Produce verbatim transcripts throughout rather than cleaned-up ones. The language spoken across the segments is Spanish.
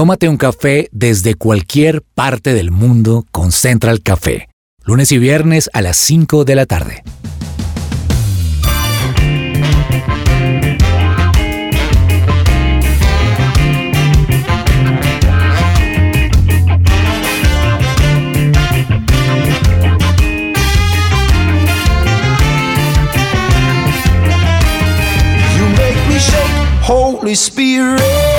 Tómate un café desde cualquier parte del mundo con Central Café. Lunes y viernes a las cinco de la tarde. Holy Spirit,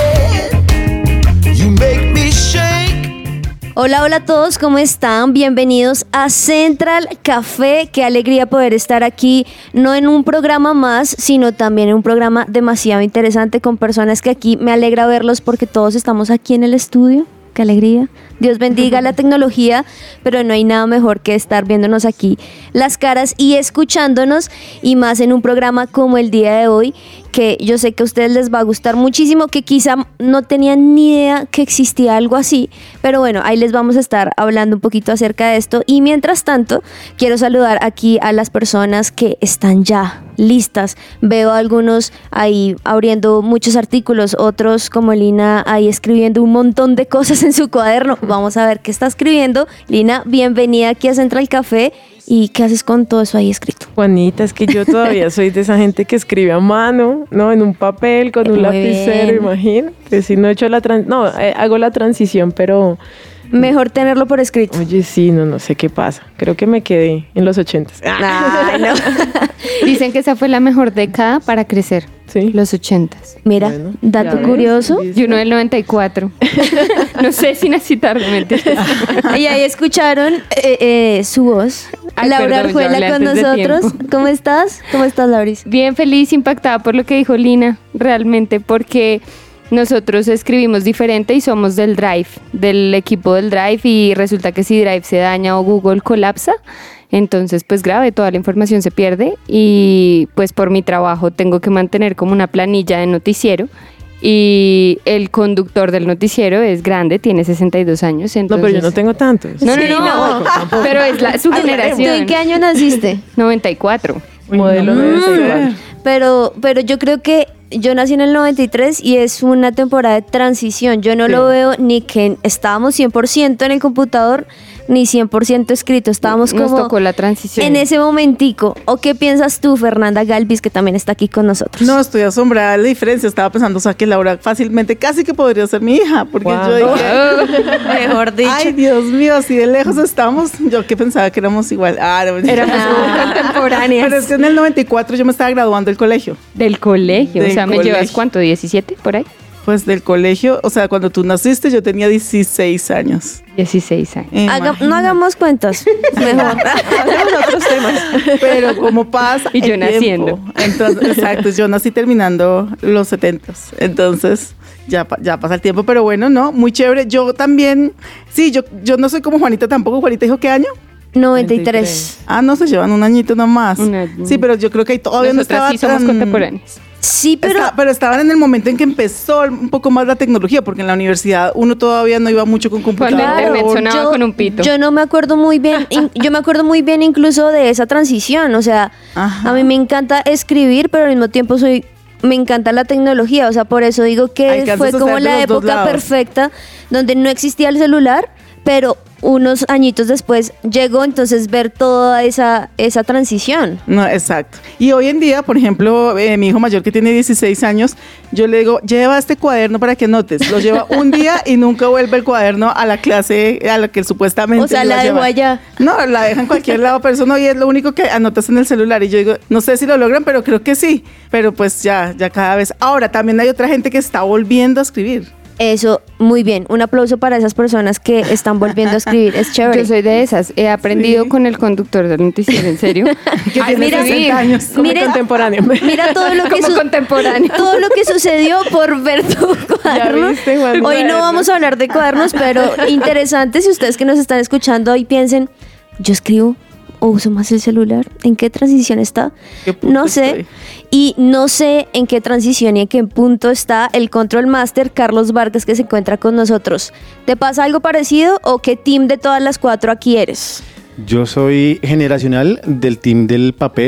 you make me shake. Hola, hola a todos, ¿cómo están? Bienvenidos a Central Café. Qué alegría poder estar aquí, no en un programa más, sino también en un programa demasiado interesante con personas que aquí me alegra verlos porque todos estamos aquí en el estudio. Qué alegría. Dios bendiga la tecnología, pero no hay nada mejor que estar viéndonos aquí las caras y escuchándonos, y más en un programa como el día de hoy, que yo sé que a ustedes les va a gustar muchísimo, que quizá no tenían ni idea que existía algo así, pero bueno, ahí les vamos a estar hablando un poquito acerca de esto. Y mientras tanto, quiero saludar aquí a las personas que están ya listas. Veo a algunos ahí abriendo muchos artículos, otros como Lina ahí escribiendo un montón de cosas en su cuaderno. Vamos a ver qué está escribiendo. Lina, bienvenida aquí a Central Café. ¿Y qué haces con todo eso ahí escrito? Juanita, es que yo todavía soy de esa gente que escribe a mano, ¿no? En un papel, con un Muy lapicero, bien. imagínate. Si no he hecho la tran- no, eh, hago la transición, pero... Mejor tenerlo por escrito. Oye, sí, no, no sé qué pasa. Creo que me quedé en los ochentas. Ay, no. Dicen que esa fue la mejor década para crecer, Sí. los ochentas. Mira, Bueno, dato ya ves, curioso. ¿viste? Y uno del noventa y cuatro. No sé si nací tarde, mentira. Y ahí escucharon eh, eh, su voz. Ay, Laura perdón, yo Arjuela hablé con antes de nosotros. tiempo. ¿Cómo estás? ¿Cómo estás, Lauris? Bien feliz, impactada por lo que dijo Lina, realmente, porque nosotros escribimos diferente y somos del Drive, del equipo del Drive, y resulta que si Drive se daña o Google colapsa, entonces pues grave, toda la información se pierde, y pues por mi trabajo tengo que mantener como una planilla de noticiero, y el conductor del noticiero es grande, tiene sesenta y dos años, No, entonces... pero yo no tengo tantos. No, no, Sí, no, no. pero es la, su ¿Tú generación. en qué año naciste? noventa y cuatro. Modelo noventa y cuatro. Pero, pero yo creo que yo nací en el noventa y tres y es una temporada de transición. Yo no Sí. lo veo ni que estábamos cien por ciento en el computador, ni cien por ciento escrito. Estábamos Nos como tocó la transición. en ese momentico. ¿O qué piensas tú, Fernanda Galvis, que también está aquí con nosotros? No, estoy asombrada de la diferencia. Estaba pensando, o sea, que Laura fácilmente casi que podría ser mi hija, porque Wow. yo dije, Mejor dicho. ay, Dios mío, así de lejos estamos. Yo que pensaba que éramos igual. Ah, no, Éramos como contemporáneas. Pero es que en el noventa y cuatro yo me estaba graduando del colegio. Del colegio. Del o sea, ¿me colegio. llevas cuánto? ¿diecisiete por ahí? Pues del colegio, o sea, cuando tú naciste yo tenía dieciséis años. dieciséis años. Haga- Imagínate. no hagamos cuentas. Mejor. Hacemos otros temas. Pero como pasa Y yo el naciendo. tiempo. Entonces, exacto, yo nací terminando los setentas. Entonces, ya, pa- ya pasa el tiempo, pero bueno, ¿no? Muy chévere. Yo también, sí, yo, yo no soy como Juanita tampoco. Juanita dijo, ¿qué año? noventa y tres. Ah, no, se llevan un añito nomás. Un año. Sí, pero yo creo que ahí todavía no Nosotras estaba sí somos tan- contemporáneas. Sí, pero... Está- pero estaban en el momento en que empezó un poco más la tecnología, porque en la universidad uno todavía no iba mucho con Cuando computador. el internet sonaba con un pito. Yo no me acuerdo muy bien, in- yo me acuerdo muy bien incluso de esa transición, o sea, Ajá. a mí me encanta escribir, pero al mismo tiempo soy, me encanta la tecnología, o sea, por eso digo que Alcanzas fue a como ser de la los dos época lados. perfecta donde no existía el celular, pero unos añitos después llegó, entonces ver toda esa, esa transición. No, exacto. Y hoy en día, por ejemplo, eh, mi hijo mayor que tiene dieciséis años, yo le digo, lleva este cuaderno para que anotes. Lo lleva un día y nunca vuelve el cuaderno a la clase a la que supuestamente O sea, iba a la dejó llevar. allá. No, la deja en cualquier lado, pero eso no, y es lo único que anotas en el celular. Y yo digo, no sé si lo logran, pero creo que sí. Pero pues ya, ya cada vez. Ahora, también hay otra gente que está volviendo a escribir. Eso, muy bien. Un aplauso para esas personas que están volviendo a escribir. Es chévere. Yo soy de esas. He aprendido Sí. con el conductor del noticiero, en serio. Que Ay, tiene mira, sesenta años. Como Mire- contemporáneo. Mira todo lo que Como su- contemporáneo. todo lo que sucedió por ver tu cuaderno. viste, Juan? Hoy no Cuadernos. vamos a hablar de cuadernos, pero interesante si ustedes que nos están escuchando hoy piensen, yo escribo o uso más el celular, ¿en qué transición está? ¿Qué punto No sé. estoy? Y no sé en qué transición y en qué punto está el Control Master Carlos Vargas que se encuentra con nosotros. ¿Te pasa algo parecido o qué team de todas las cuatro aquí eres? Yo soy generacional del team del papel,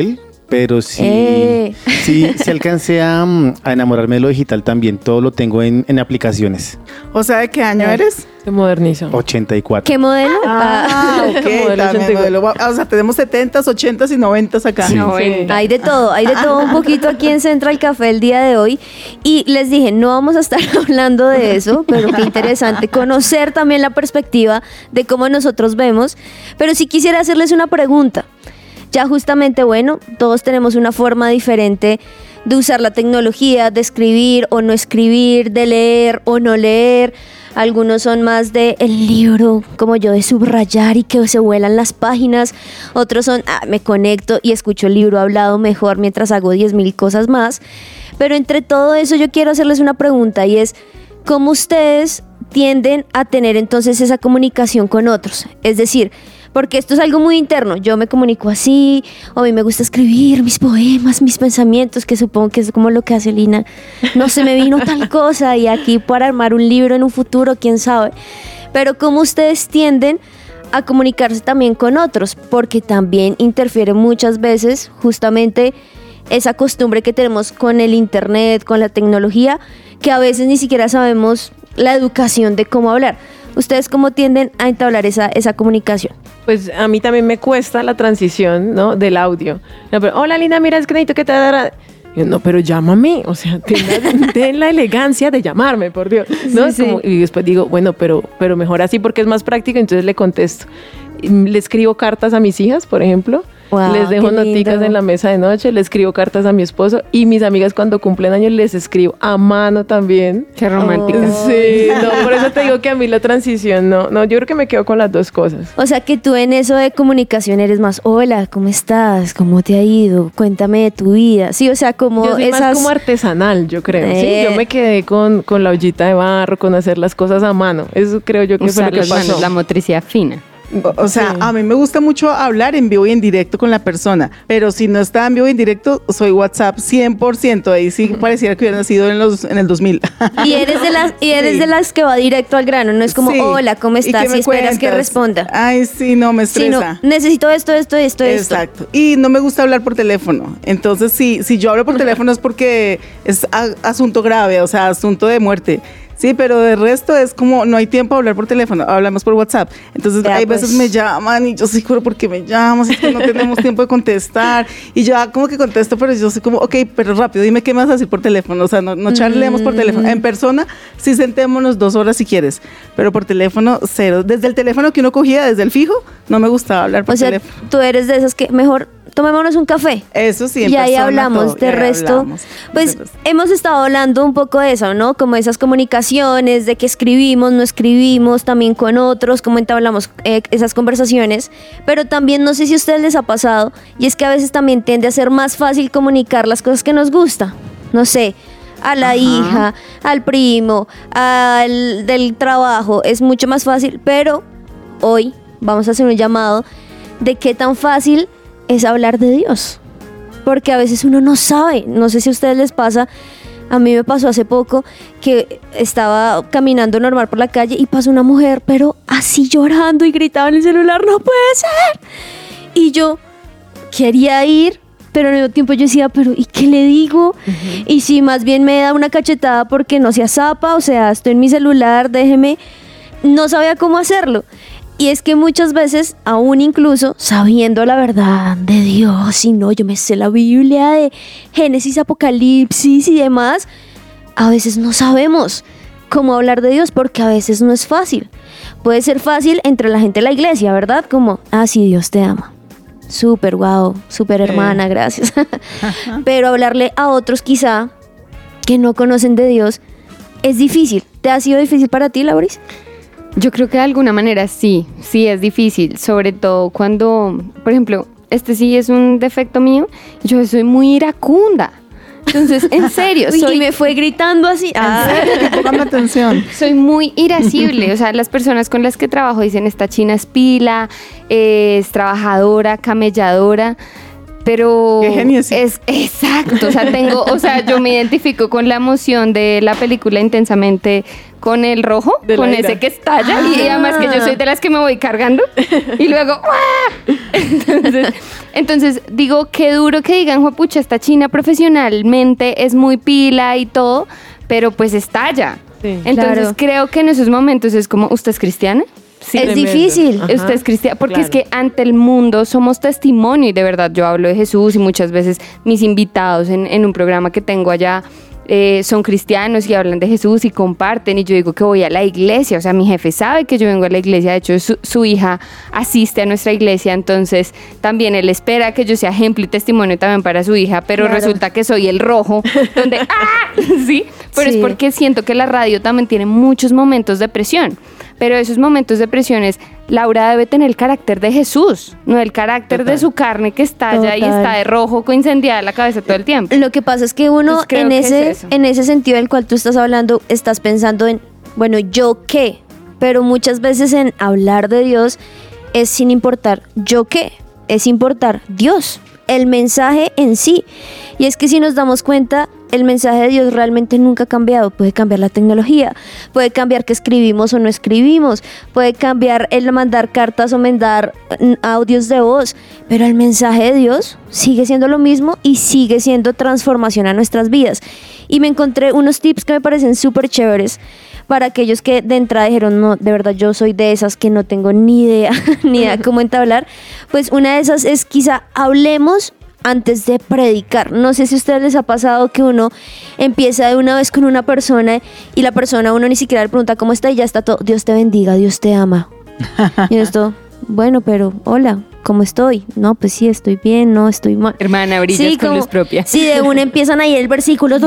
pero sí, Eh. sí, sí alcancé a, mm, a enamorarme de lo digital también. Todo lo tengo en, en aplicaciones. O sea, ¿de qué año eres? Se modernizó. ochenta y cuatro. ¿Qué modelo? Ah, ok. Modelo también ochenta y cuatro. modelo. O sea, tenemos setentas, ochentas y noventas acá. Sí. noventa. Hay de todo, hay de todo un poquito aquí en Central Café el día de hoy. Y les dije, no vamos a estar hablando de eso, pero qué interesante conocer también la perspectiva de cómo nosotros vemos. Pero sí quisiera hacerles una pregunta. Ya justamente, bueno, todos tenemos una forma diferente de usar la tecnología, de escribir o no escribir, de leer o no leer. Algunos son más de el libro, como yo, de subrayar y que se vuelan las páginas. Otros son, ah, me conecto y escucho el libro hablado mejor mientras hago diez mil cosas más. Pero entre todo eso yo quiero hacerles una pregunta y es, ¿cómo ustedes tienden a tener entonces esa comunicación con otros? Es decir, porque esto es algo muy interno. Yo me comunico así, o a mí me gusta escribir mis poemas, mis pensamientos, que supongo que es como lo que hace Lina. No se me vino tal cosa y aquí para armar un libro en un futuro, quién sabe. Pero cómo ustedes tienden a comunicarse también con otros, porque también interfiere muchas veces justamente esa costumbre que tenemos con el internet, con la tecnología, que a veces ni siquiera sabemos la educación de cómo hablar. ¿Ustedes cómo tienden a entablar esa, esa comunicación? Pues a mí también me cuesta la transición, ¿no? Del audio. No, pero, hola, Linda, mira, es que necesito que te dará... Yo, no, pero llámame, o sea, ten la, ten la elegancia de llamarme, por Dios, ¿no? Sí, sí. Como- y después digo, bueno, pero, pero mejor así porque es más práctico, entonces le contesto. Y le escribo cartas a mis hijas, por ejemplo. Wow, les dejo qué lindo. noticas en la mesa de noche, le escribo cartas a mi esposo y mis amigas cuando cumplen años les escribo a mano también. Qué romántica. Oh. Sí, no, por eso te digo que a mí la transición no, no, yo creo que me quedo con las dos cosas. O sea que tú en eso de comunicación eres más, hola, ¿cómo estás? ¿Cómo te ha ido? Cuéntame de tu vida. Sí, o sea, como Yo soy esas... más como artesanal, yo creo. Eh. Sí, yo me quedé con, con la ollita de barro, con hacer las cosas a mano. Eso creo yo que fue Usar lo que las pasó. manos, la motricidad fina. O, o sea, Sí. a mí me gusta mucho hablar en vivo y en directo con la persona, pero si no está en vivo y en directo, soy WhatsApp cien por ciento. Ahí sí pareciera que hubiera nacido en, los, en el dos mil. Y eres de las y eres Sí. de las que va directo al grano, no es como, Sí. hola, ¿cómo ¿Y estás? qué Y me esperas que cuentas? responda. Ay, sí, no, me Sino, estresa. necesito esto, esto, esto, esto. Exacto. Y no me gusta hablar por teléfono. Entonces, sí, si yo hablo por teléfono es porque es a- asunto grave, o sea, asunto de muerte. Sí, pero de resto es como no hay tiempo a hablar por teléfono, hablamos por WhatsApp. Entonces Ya, hay pues. veces me llaman y yo soy juro porque me llamas, es que no tenemos tiempo de contestar. Y yo ah, como que contesto, pero yo soy como, ok, pero rápido, dime qué me vas a decir por teléfono. O sea, no, no charlemos por teléfono. En persona, sí sentémonos dos horas si quieres, pero por teléfono, cero. Desde el teléfono que uno cogía, desde el fijo, no me gustaba hablar por O sea, teléfono. tú eres de esas que mejor tomémonos un café. Eso sí, en Y ahí persona, hablamos, todo, y de ahí resto, hablamos. pues De resto. hemos estado hablando un poco de eso, ¿no? Como esas comunicaciones, de que escribimos, no escribimos, también con otros, cómo entablamos eh, esas conversaciones, pero también no sé si a ustedes les ha pasado, y es que a veces también tiende a ser más fácil comunicar las cosas que nos gusta, no sé, a la hija, al primo, al del trabajo, es mucho más fácil, pero hoy vamos a hacer un llamado de qué tan fácil es hablar de Dios. Porque a veces uno no sabe, no sé si a ustedes les pasa, a mí me pasó hace poco que estaba caminando normal por la calle y pasó una mujer, pero así llorando y gritaba en el celular, no puede ser. Y yo quería ir, pero al mismo tiempo yo decía, pero ¿y qué le digo? Y si más bien me da una cachetada porque no sea zapa, o sea, estoy en mi celular, déjeme, no sabía cómo hacerlo. Y es que muchas veces, aún incluso sabiendo la verdad de Dios, y no, yo me sé la Biblia de Génesis, Apocalipsis y demás, a veces no sabemos cómo hablar de Dios porque a veces no es fácil. Puede ser fácil entre la gente de la iglesia, ¿verdad? Como, ah, sí, Dios te ama. Súper, wow, súper hermana, gracias. Pero hablarle a otros quizá que no conocen de Dios es difícil. ¿Te ha sido difícil para ti, Lauris? Yo creo que de alguna manera sí, sí es difícil, sobre todo cuando, por ejemplo, este sí es un defecto mío, yo soy muy iracunda. Entonces, en serio, Uy, soy, y me fue gritando así. Ah. Póngame atención. soy muy irascible. O sea, las personas con las que trabajo dicen, esta china es pila, eh, es trabajadora, camelladora. Pero Qué genio, sí. es exacto, o sea, tengo, o sea, yo me identifico con la emoción de la película Intensamente con el rojo, De la con ira. ese que estalla y además que yo soy de las que me voy cargando y luego ¡ah! Entonces, Entonces digo, qué duro que digan, juepucha, esta china profesionalmente es muy pila y todo, pero pues estalla. Sí. Entonces Claro. creo que en esos momentos es como, ¿usted es cristiana? Sí. Es Tremendo. difícil. Ajá. Usted es cristiana, porque Claro. es que ante el mundo somos testimonio y de verdad yo hablo de Jesús y muchas veces mis invitados en, en un programa que tengo allá eh, son cristianos y hablan de Jesús y comparten y yo digo que voy a la iglesia, o sea, mi jefe sabe que yo vengo a la iglesia, de hecho su, su hija asiste a nuestra iglesia, entonces también él espera que yo sea ejemplo y testimonio también para su hija, pero Claro. resulta que soy el rojo, donde ¡ah! Sí, pero Sí. es porque siento que la radio también tiene muchos momentos de presión. Pero esos momentos de presión es, Laura debe tener el carácter de Jesús, no el carácter Total. de su carne que estalla y Total. está de rojo, incendiada la cabeza todo el tiempo. Lo que pasa es que uno Pues creo en que es ese, eso. en ese sentido del cual tú estás hablando, estás pensando en, bueno, ¿yo qué? Pero muchas veces en hablar de Dios es sin importar ¿yo qué? Es importar Dios, el mensaje en sí. Y es que si nos damos cuenta, el mensaje de Dios realmente nunca ha cambiado. Puede cambiar la tecnología, puede cambiar que escribimos o no escribimos, puede cambiar el mandar cartas o mandar mm, audios de voz, pero el mensaje de Dios sigue siendo lo mismo y sigue siendo transformación a nuestras vidas. Y me encontré unos tips que me parecen súper chéveres para aquellos que de entrada dijeron, no, de verdad yo soy de esas que no tengo ni idea, ni idea cómo entablar. Pues una de esas es quizá hablemos antes de predicar. No sé si a ustedes les ha pasado que uno empieza de una vez con una persona y la persona, uno ni siquiera le pregunta cómo está y ya está todo, Dios te bendiga, Dios te ama. Y esto, bueno, pero hola, ¿cómo estoy? No, pues sí, estoy bien, no, estoy mal. Hermana, brillas con como- luz propia. Sí, de una empiezan ahí el versículo.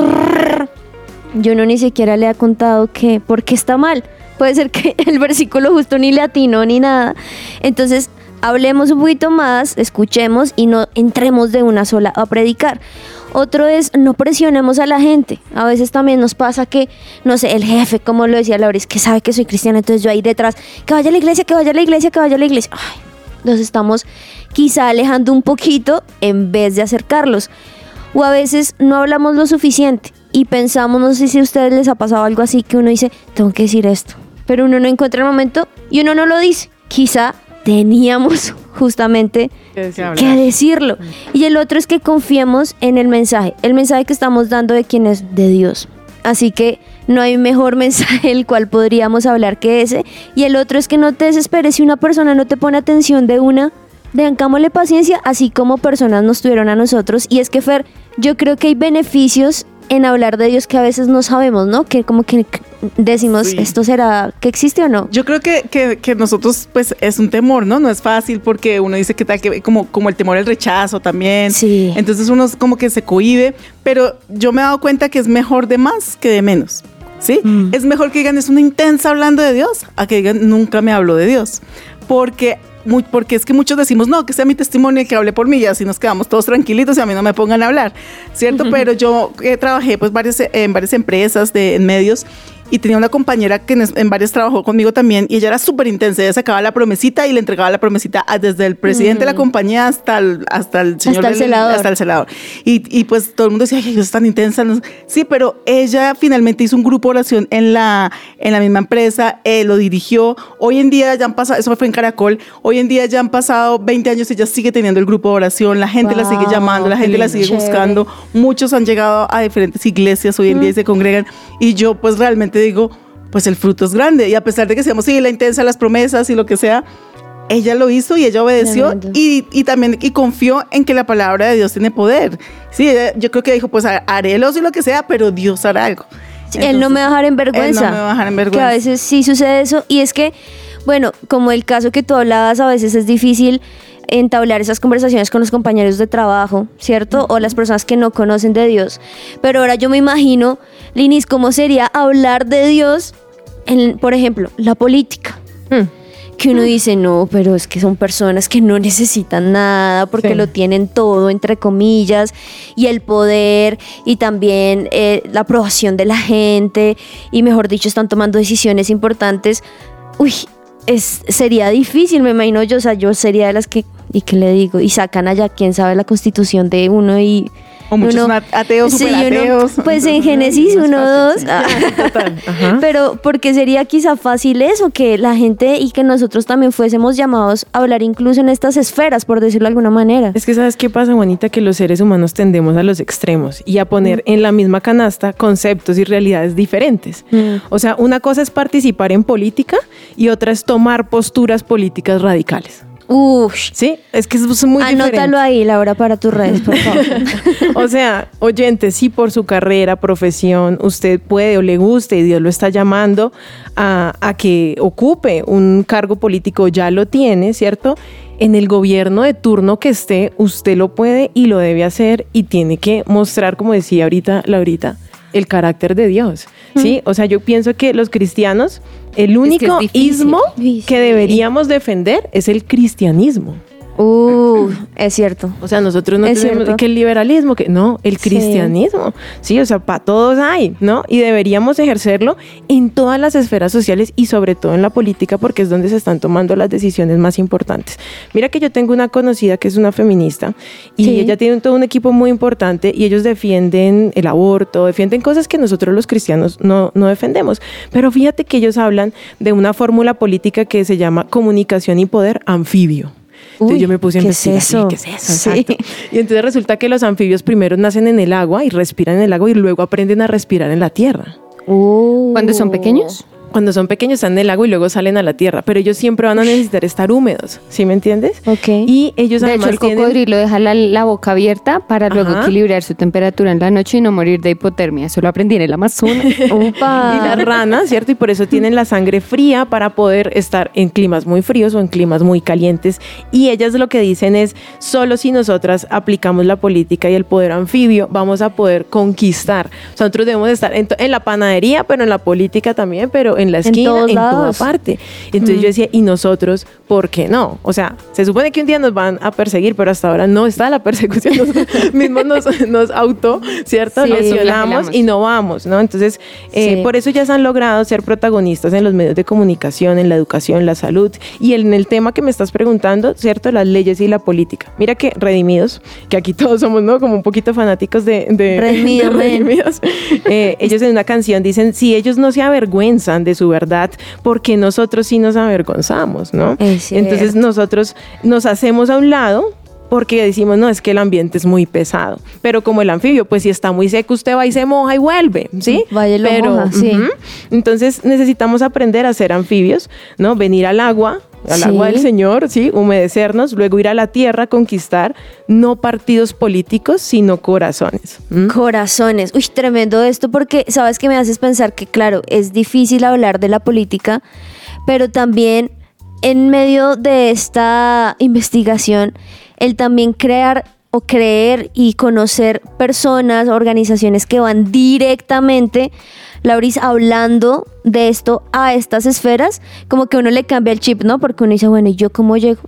Yo no ni siquiera le ha contado que, ¿por qué está mal? Puede ser que el versículo justo ni le atinó ni nada. Entonces, hablemos un poquito más, escuchemos y no entremos de una sola a predicar. Otro es, no presionemos a la gente. A veces también nos pasa que, no sé, el jefe, como lo decía Laura, es que sabe que soy cristiana, entonces yo ahí detrás, que vaya a la iglesia, que vaya a la iglesia, que vaya a la iglesia. Ay, nos estamos quizá alejando un poquito en vez de acercarlos. O a veces no hablamos lo suficiente y pensamos, no sé si a ustedes les ha pasado algo así, que uno dice, tengo que decir esto, pero uno no encuentra el momento y uno no lo dice. Quizá teníamos justamente ¿Qué decir? que decirlo. Y el otro es que confiemos en el mensaje, el mensaje que estamos dando de quién es, de Dios. Así que no hay mejor mensaje el cual podríamos hablar que ese. Y el otro es que no te desesperes si una persona no te pone atención de una, tengámosle paciencia, así como personas nos tuvieron a nosotros. Y es que, Fer, yo creo que hay beneficios en hablar de Dios que a veces no sabemos, ¿no? Que como que decimos, Sí. ¿esto será que existe o no? Yo creo que, que, que nosotros, pues, es un temor, ¿no? No es fácil porque uno dice que tal, que como, como el temor al rechazo también. Sí. Entonces uno como que se cohíbe, pero yo me he dado cuenta que es mejor de más que de menos, ¿sí? Mm. Es mejor que digan, es una intensa hablando de Dios, a que digan, nunca me habló de Dios. Porque... Muy, porque es que muchos decimos, no, que sea mi testimonio y que hable por mí, y así nos quedamos todos tranquilitos y a mí no me pongan a hablar, ¿cierto? Pero yo eh, trabajé pues varias, en varias empresas, de, en medios, y tenía una compañera que en, en varias trabajó conmigo también, y ella era súper intensa, ella sacaba la promesita y le entregaba la promesita a, desde el presidente de la compañía hasta el, hasta el señor Hasta el del- celador. hasta el celador. Y, y pues todo el mundo decía, ay, Dios es tan intensa. No sé. Sí, pero ella finalmente hizo un grupo de oración en la, en la misma empresa, eh, lo dirigió. Hoy en día ya han pasado, eso fue en Caracol, hoy en día ya han pasado veinte años y ella sigue teniendo el grupo de oración, la gente la sigue Wow, llamando, la qué gente la lindo. sigue Chévere. buscando. Muchos han llegado a diferentes iglesias hoy en día y se congregan. Y yo pues realmente digo, pues el fruto es grande. Y a pesar de que seamos, sí, la intensa, las promesas y lo que sea, ella lo hizo y ella obedeció Tremendo. y, y también y confió en que la palabra de Dios tiene poder. Sí, ella- yo creo que dijo, pues haré el oso y lo que sea, pero Dios hará algo. Él no me va a dejar en vergüenza. Él no me va a dejar en Que vergüenza. a veces sí sucede eso. Y es que, bueno, como el caso que tú hablabas, a veces es difícil entablar esas conversaciones con los compañeros de trabajo, ¿cierto? O las personas que no conocen de Dios. Pero ahora yo me imagino, Linis, ¿cómo sería hablar de Dios en, por ejemplo, la política? Hmm. Que uno dice, no, pero es que son personas que no necesitan nada porque Sí. lo tienen todo, entre comillas, y el poder y también eh, la aprobación de la gente y, mejor dicho, están tomando decisiones importantes. Uy, es, sería difícil, me imagino yo, o sea, yo sería de las que, ¿y qué le digo? Y sacan allá, quién sabe, la constitución de uno y O muchos Uno- ateos, sí, super uno- ateos. pues en Génesis uno, dos. ah. Total. Ajá. Pero porque sería quizá fácil eso, que la gente y que nosotros también fuésemos llamados a hablar incluso en estas esferas, por decirlo de alguna manera. Es que ¿sabes qué pasa, Juanita? Que los seres humanos tendemos a los extremos y a poner en la misma canasta conceptos y realidades diferentes. Mm. O sea, una cosa es participar en política y otra es tomar posturas políticas radicales. Uf, ¿Sí? Es que es muy anótalo diferente. ahí, Laura, para tus redes, por favor. O sea, oyente, si por su carrera, profesión, usted puede o le guste y Dios lo está llamando a, a que ocupe un cargo político, ya lo tiene, ¿cierto? En el gobierno de turno que esté, usted lo puede y lo debe hacer y tiene que mostrar, como decía ahorita Laurita, el carácter de Dios, ¿sí? O sea, yo pienso que los cristianos, el único es difícil. ismo Sí. que deberíamos defender es el cristianismo. Uh, es cierto. O sea, nosotros no Es tenemos cierto. que el liberalismo, que no, el Sí. cristianismo. Sí, o sea, para todos hay, ¿no? Y deberíamos ejercerlo en todas las esferas sociales y sobre todo en la política porque es donde se están tomando las decisiones más importantes. Mira que yo tengo una conocida que es una feminista y Sí. ella tiene todo un equipo muy importante y ellos defienden el aborto, defienden cosas que nosotros los cristianos no, no defendemos. Pero fíjate que ellos hablan de una fórmula política que se llama comunicación y poder anfibio. Entonces Uy, yo me puse a ¿qué es investigar. eso? ¿Qué es eso? Sí. Exacto. Y entonces resulta que los anfibios primero nacen en el agua y respiran en el agua y luego aprenden a respirar en la tierra. Uh. Cuando son pequeños. Cuando son pequeños están en el agua y luego salen a la tierra, pero ellos siempre van a necesitar estar húmedos, ¿sí me entiendes? Ok. Y ellos De además hecho, el tienen... cocodrilo deja la, la boca abierta para luego Ajá. equilibrar su temperatura en la noche y no morir de hipotermia. Eso lo aprendí en el Amazonas. Upa. Y las ranas, ¿cierto? Y por eso tienen la sangre fría para poder estar en climas muy fríos o en climas muy calientes. Y ellas lo que dicen es, solo si nosotras aplicamos la política y el poder anfibio, vamos a poder conquistar. O sea, nosotros debemos estar en, to- en la panadería, pero en la política también, pero en la En esquina, todos en, toda lados. parte. Entonces yo decía, ¿y nosotros por qué no? O sea, se supone que un día nos van a perseguir, pero hasta ahora no está la persecución. Nosotros mismos nos, nos auto, ¿cierto? Sí, Lesionamos autoflagelamos. y no vamos, ¿no? Entonces, eh, Sí. por eso ya se han logrado ser protagonistas en los medios de comunicación, en la educación, la salud y en el tema que me estás preguntando, ¿cierto? Las leyes y la política. Mira que Redimidos, que aquí todos somos, ¿no? Como un poquito fanáticos de, de, Redimido, de men. Redimidos. Eh, ellos en una canción dicen, si ellos no se avergüenzan de su verdad, porque nosotros sí nos avergonzamos, ¿no? Es cierto. Entonces nosotros nos hacemos a un lado porque decimos, no, es que el ambiente es muy pesado. Pero como el anfibio, pues si está muy seco, usted va y se moja y vuelve, ¿sí? Vaya y lo Pero, moja, sí. ujú. Entonces necesitamos aprender a ser anfibios, ¿no? Venir al agua, al Sí. agua del Señor, ¿sí? Humedecernos, luego ir a la tierra, conquistar, no partidos políticos, sino corazones. ¿Mm? Corazones. Uy, tremendo esto porque sabes que me haces pensar que, claro, es difícil hablar de la política, pero también en medio de esta investigación, el también crear o creer y conocer personas, organizaciones que van directamente, Lauris, hablando de esto a estas esferas, como que uno le cambia el chip, ¿no? Porque uno dice, bueno, ¿y yo cómo llego?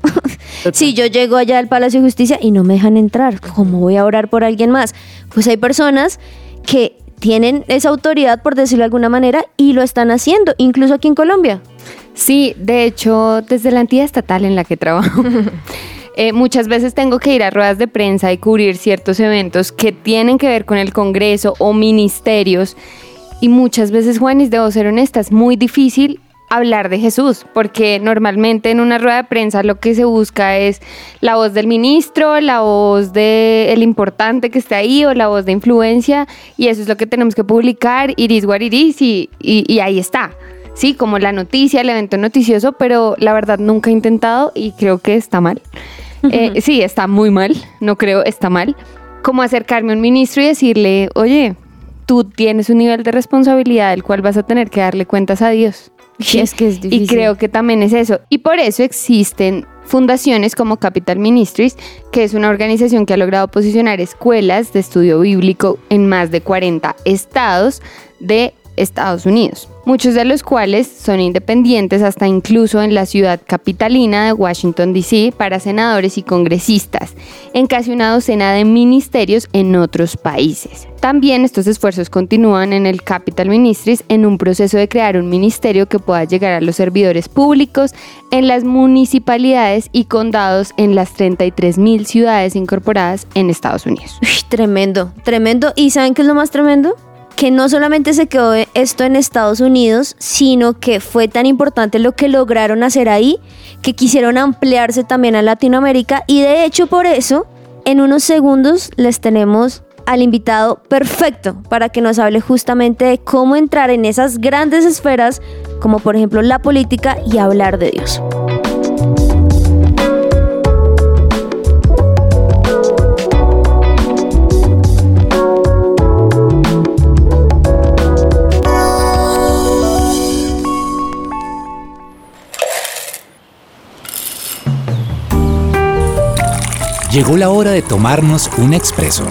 Si yo llego allá al Palacio de Justicia y no me dejan entrar, ¿cómo voy a orar por alguien más? Pues hay personas que tienen esa autoridad, por decirlo de alguna manera, y lo están haciendo, incluso aquí en Colombia. Sí, de hecho, desde la entidad estatal en la que trabajo, eh, muchas veces tengo que ir a ruedas de prensa y cubrir ciertos eventos que tienen que ver con el Congreso o ministerios. Y muchas veces, Juanis, debo ser honesta, es muy difícil hablar de Jesús, porque normalmente en una rueda de prensa lo que se busca es la voz del ministro, la voz del importante que está ahí o la voz de influencia, y eso es lo que tenemos que publicar, iris guariris, y, y, y ahí está. Sí, como la noticia, el evento noticioso, pero la verdad nunca he intentado y creo que está mal. Eh, sí, está muy mal, no creo, está mal. Como acercarme a un ministro y decirle, oye, tú tienes un nivel de responsabilidad del cual vas a tener que darle cuentas a Dios. Sí, es que es difícil. Y creo que también es eso. Y por eso existen fundaciones como Capital Ministries, que es una organización que ha logrado posicionar escuelas de estudio bíblico en más de cuarenta estados de Estados Unidos. muchos de los cuales son independientes hasta incluso en la ciudad capitalina de Washington, D C, para senadores y congresistas, en casi una docena de ministerios en otros países. También estos esfuerzos continúan en el Capital Ministries en un proceso de crear un ministerio que pueda llegar a los servidores públicos en las municipalidades y condados en las treinta y tres mil ciudades incorporadas en Estados Unidos. Uy, tremendo, tremendo. ¿Y saben qué es lo más tremendo? Que no solamente se quedó esto en Estados Unidos, sino que fue tan importante lo que lograron hacer ahí, que quisieron ampliarse también a Latinoamérica, y de hecho por eso, en unos segundos les tenemos al invitado perfecto para que nos hable justamente de cómo entrar en esas grandes esferas, como por ejemplo la política, y hablar de Dios. Llegó la hora de tomarnos un expreso.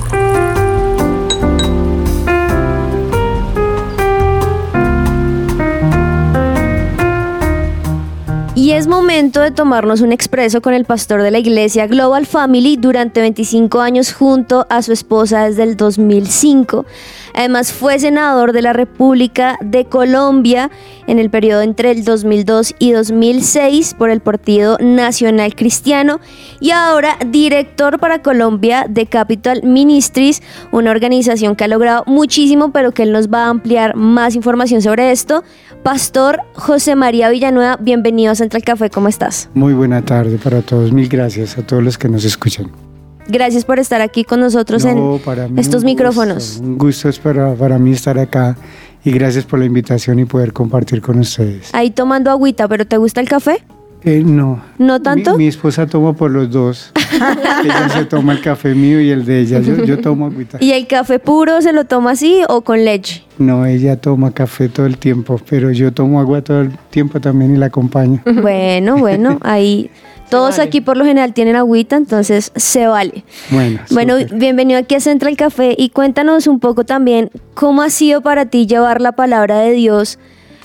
Y es momento de tomarnos un expreso con el pastor de la iglesia Global Family durante veinticinco años junto a su esposa desde el dos mil cinco. Además fue senador de la República de Colombia en el periodo entre el dos mil dos y dos mil seis por el Partido Nacional Cristiano, y ahora director para Colombia de Capital Ministries, una organización que ha logrado muchísimo, pero que él nos va a ampliar más información sobre esto. Pastor José María Villanueva, bienvenido a Central Café, ¿cómo estás? Muy buena tarde para todos, mil gracias a todos los que nos escuchan. Gracias por estar aquí con nosotros no, en estos micrófonos. Gusto, un gusto es para, para mí estar acá, y gracias por la invitación y poder compartir con ustedes. Ahí tomando agüita, ¿pero te gusta el café? Eh, no. ¿No tanto? Mi, mi esposa toma por los dos. Ella se toma el café mío y el de ella. Yo, yo tomo agüita. ¿Y el café puro se lo toma así o con leche? No, ella toma café todo el tiempo, pero yo tomo agua todo el tiempo también y la acompaño. Bueno, bueno, ahí todos vale. Aquí por lo general tienen agüita, entonces se vale. Bueno, bueno, super. Bienvenido aquí a Central Café, y cuéntanos un poco también cómo ha sido para ti llevar la palabra de Dios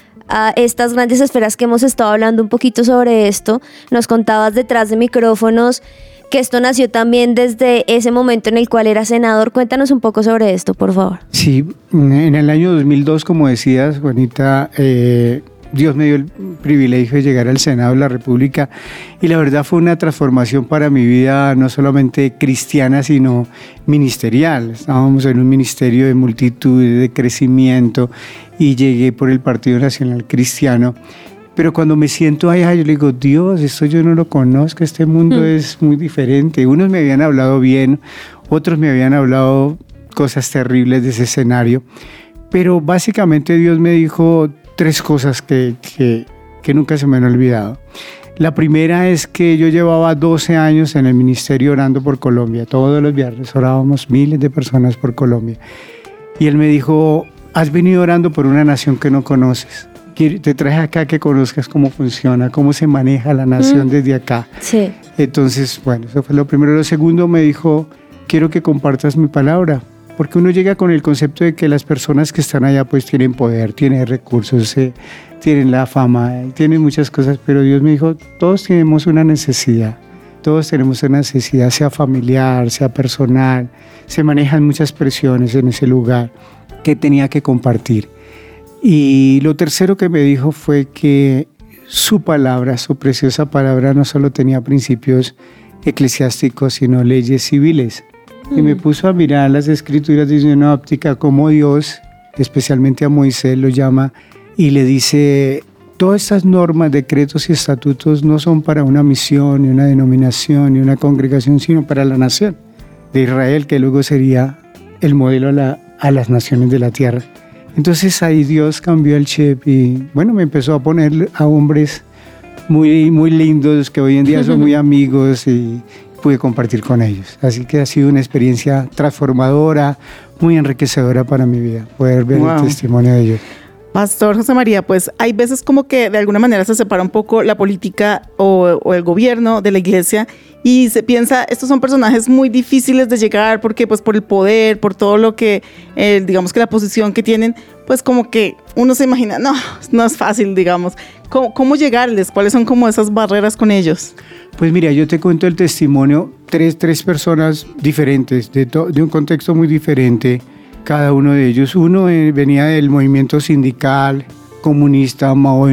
a estas grandes esferas que hemos estado hablando un poquito sobre esto. Nos contabas detrás de micrófonos que esto nació también desde ese momento en el cual era senador. Cuéntanos un poco sobre esto, por favor. Sí, en el año dos mil dos, como decías, Juanita, eh, Dios me dio el privilegio de llegar al Senado de la República, y la verdad fue una transformación para mi vida, no solamente cristiana, sino ministerial. Estábamos en un ministerio de multitud, de crecimiento, y llegué por el Partido Nacional Cristiano. Pero cuando me siento allá, yo le digo, Dios, esto yo no lo conozco, este mundo mm. es muy diferente. Unos me habían hablado bien, otros me habían hablado cosas terribles de ese escenario, pero básicamente Dios me dijo tres cosas que, que, que nunca se me han olvidado. La primera es que yo llevaba doce años en el ministerio orando por Colombia. Todos los viernes orábamos miles de personas por Colombia. Y Él me dijo, has venido orando por una nación que no conoces. Te traje acá que conozcas cómo funciona, cómo se maneja la nación mm. desde acá. Sí. Entonces, bueno, eso fue lo primero. Lo segundo, me dijo, quiero que compartas mi palabra. Porque uno llega con el concepto de que las personas que están allá pues tienen poder, tienen recursos, eh, tienen la fama, tienen muchas cosas, pero Dios me dijo, todos tenemos una necesidad, todos tenemos una necesidad, sea familiar, sea personal, se manejan muchas presiones en ese lugar que tenía que compartir. Y lo tercero que me dijo fue que su palabra, su preciosa palabra, no solo tenía principios eclesiásticos, sino leyes civiles. Y me puso a mirar las escrituras desde una óptica como Dios, especialmente a Moisés, lo llama y le dice, todas estas normas, decretos y estatutos no son para una misión, ni una denominación, ni una congregación, sino para la nación de Israel, que luego sería el modelo a, la, a las naciones de la tierra. Entonces ahí Dios cambió el chip y bueno, me empezó a poner a hombres muy, muy lindos, que hoy en día son muy amigos, y pude compartir con ellos. Así que ha sido una experiencia transformadora, muy enriquecedora para mi vida, poder ver wow. el testimonio de ellos. Pastor José María, pues hay veces como que de alguna manera se separa un poco la política o, o el gobierno de la iglesia y se piensa, estos son personajes muy difíciles de llegar porque pues por el poder, por todo lo que, eh, digamos que la posición que tienen, pues como que uno se imagina, no, no es fácil, digamos. ¿Cómo, cómo llegarles? ¿Cuáles son como esas barreras con ellos? Pues mira, yo te cuento el testimonio, tres, tres personas diferentes, de, to- de un contexto muy diferente, cada uno de ellos. Uno eh, venía del movimiento sindical, comunista,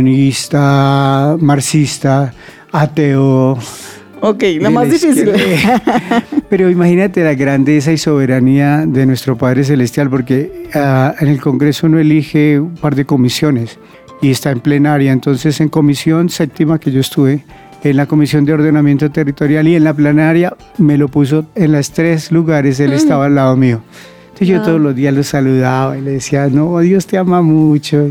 maoísta, marxista, ateo. Ok, la de más la difícil. izquierda. Pero imagínate la grandeza y soberanía de nuestro Padre Celestial, porque uh, en el Congreso uno elige un par de comisiones y está en plenaria. Entonces, en comisión séptima que yo estuve, en la Comisión de Ordenamiento Territorial y en la plenaria, me lo puso en los tres lugares, él estaba al lado mío. Entonces yo todos los días lo saludaba y le decía, no, Dios te ama mucho.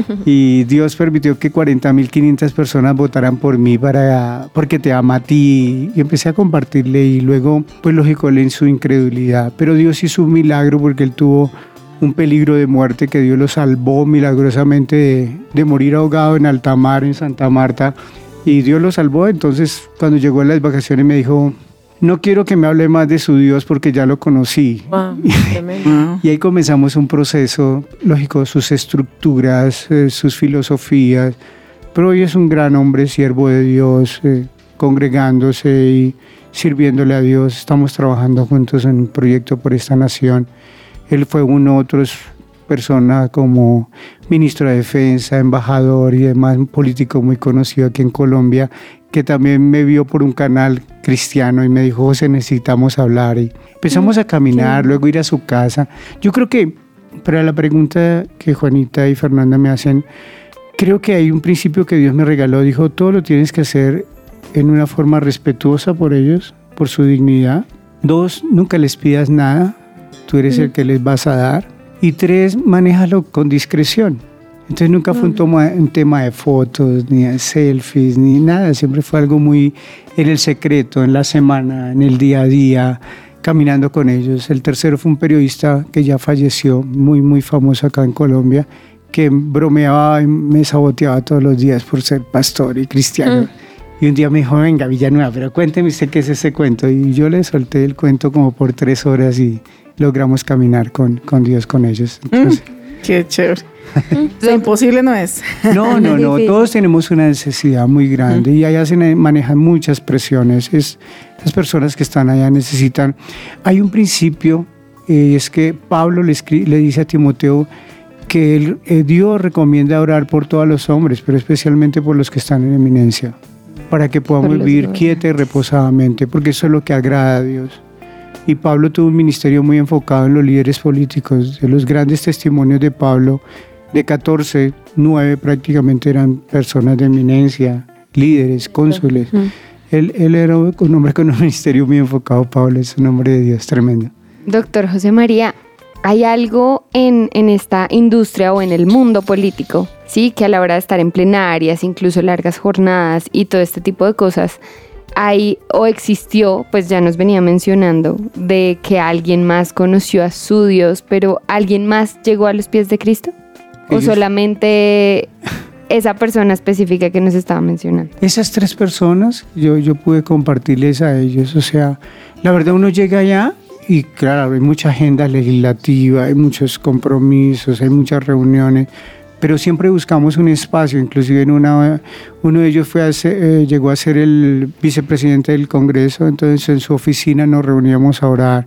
Y Dios permitió que cuarenta mil quinientas personas votaran por mí para, porque te ama a ti. Y empecé a compartirle y luego, pues lógico, él en su incredulidad. Pero Dios hizo un milagro porque él tuvo un peligro de muerte que Dios lo salvó milagrosamente de, de morir ahogado en alta mar, en Santa Marta. Y Dios lo salvó. Entonces, cuando llegó a las vacaciones me dijo, no quiero que me hable más de su Dios porque ya lo conocí. Wow, tremendo. Y ahí comenzamos un proceso, lógico, sus estructuras, eh, sus filosofías, pero hoy es un gran hombre, siervo de Dios, eh, congregándose y sirviéndole a Dios. Estamos trabajando juntos en un proyecto por esta nación. Él fue uno, otros personas como ministro de Defensa, embajador y demás, un político muy conocido aquí en Colombia, que también me vio por un canal cristiano y me dijo, José, necesitamos hablar. Y empezamos a caminar, luego ir a su casa. Yo creo que, para la pregunta que Juanita y Fernanda me hacen, creo que hay un principio que Dios me regaló. Dijo, todo lo tienes que hacer en una forma respetuosa por ellos, por su dignidad. Dos, nunca les pidas nada, tú eres el que les vas a dar. Y tres, manéjalo con discreción. Entonces nunca fue un, toma, un tema de fotos, ni de selfies, ni nada. Siempre fue algo muy en el secreto, en la semana, en el día a día, caminando con ellos. El tercero fue un periodista que ya falleció, muy, muy famoso acá en Colombia, que bromeaba y me saboteaba todos los días por ser pastor y cristiano. Mm. Y un día me dijo, venga, Villanueva, pero cuénteme usted qué es ese cuento. Y yo le solté el cuento como por tres horas y logramos caminar con, con Dios, con ellos. Entonces, mm, qué chévere. O sea, imposible no es. No, no, no. Todos tenemos una necesidad muy grande y allá se manejan muchas presiones. Es, las personas que están allá necesitan. Hay un principio, eh, es que Pablo le, escri- le dice a Timoteo que él, eh, Dios recomienda orar por todos los hombres, pero especialmente por los que están en eminencia, para que podamos vivir quieta y reposadamente, porque eso es lo que agrada a Dios. Y Pablo tuvo un ministerio muy enfocado en los líderes políticos. De los grandes testimonios de Pablo, de catorce, nueve prácticamente eran personas de eminencia, líderes, cónsules. Uh-huh. Él, él era un hombre con un ministerio muy enfocado. Pablo es un hombre de Dios tremendo. Doctor José María, hay algo en, en esta industria o en el mundo político, ¿sí? Que a la hora de estar en plenarias, incluso largas jornadas y todo este tipo de cosas, hay o existió, pues ya nos venía mencionando, de que alguien más conoció a su Dios, pero ¿alguien más llegó a los pies de Cristo? ¿O solamente esa persona específica que nos estaba mencionando? Esas tres personas, yo, yo pude compartirles a ellos. O sea, la verdad uno llega allá y claro, hay mucha agenda legislativa, hay muchos compromisos, hay muchas reuniones, pero siempre buscamos un espacio. Inclusive en una, uno de ellos fue a ser, eh, llegó a ser el vicepresidente del Congreso, entonces en su oficina nos reuníamos a orar.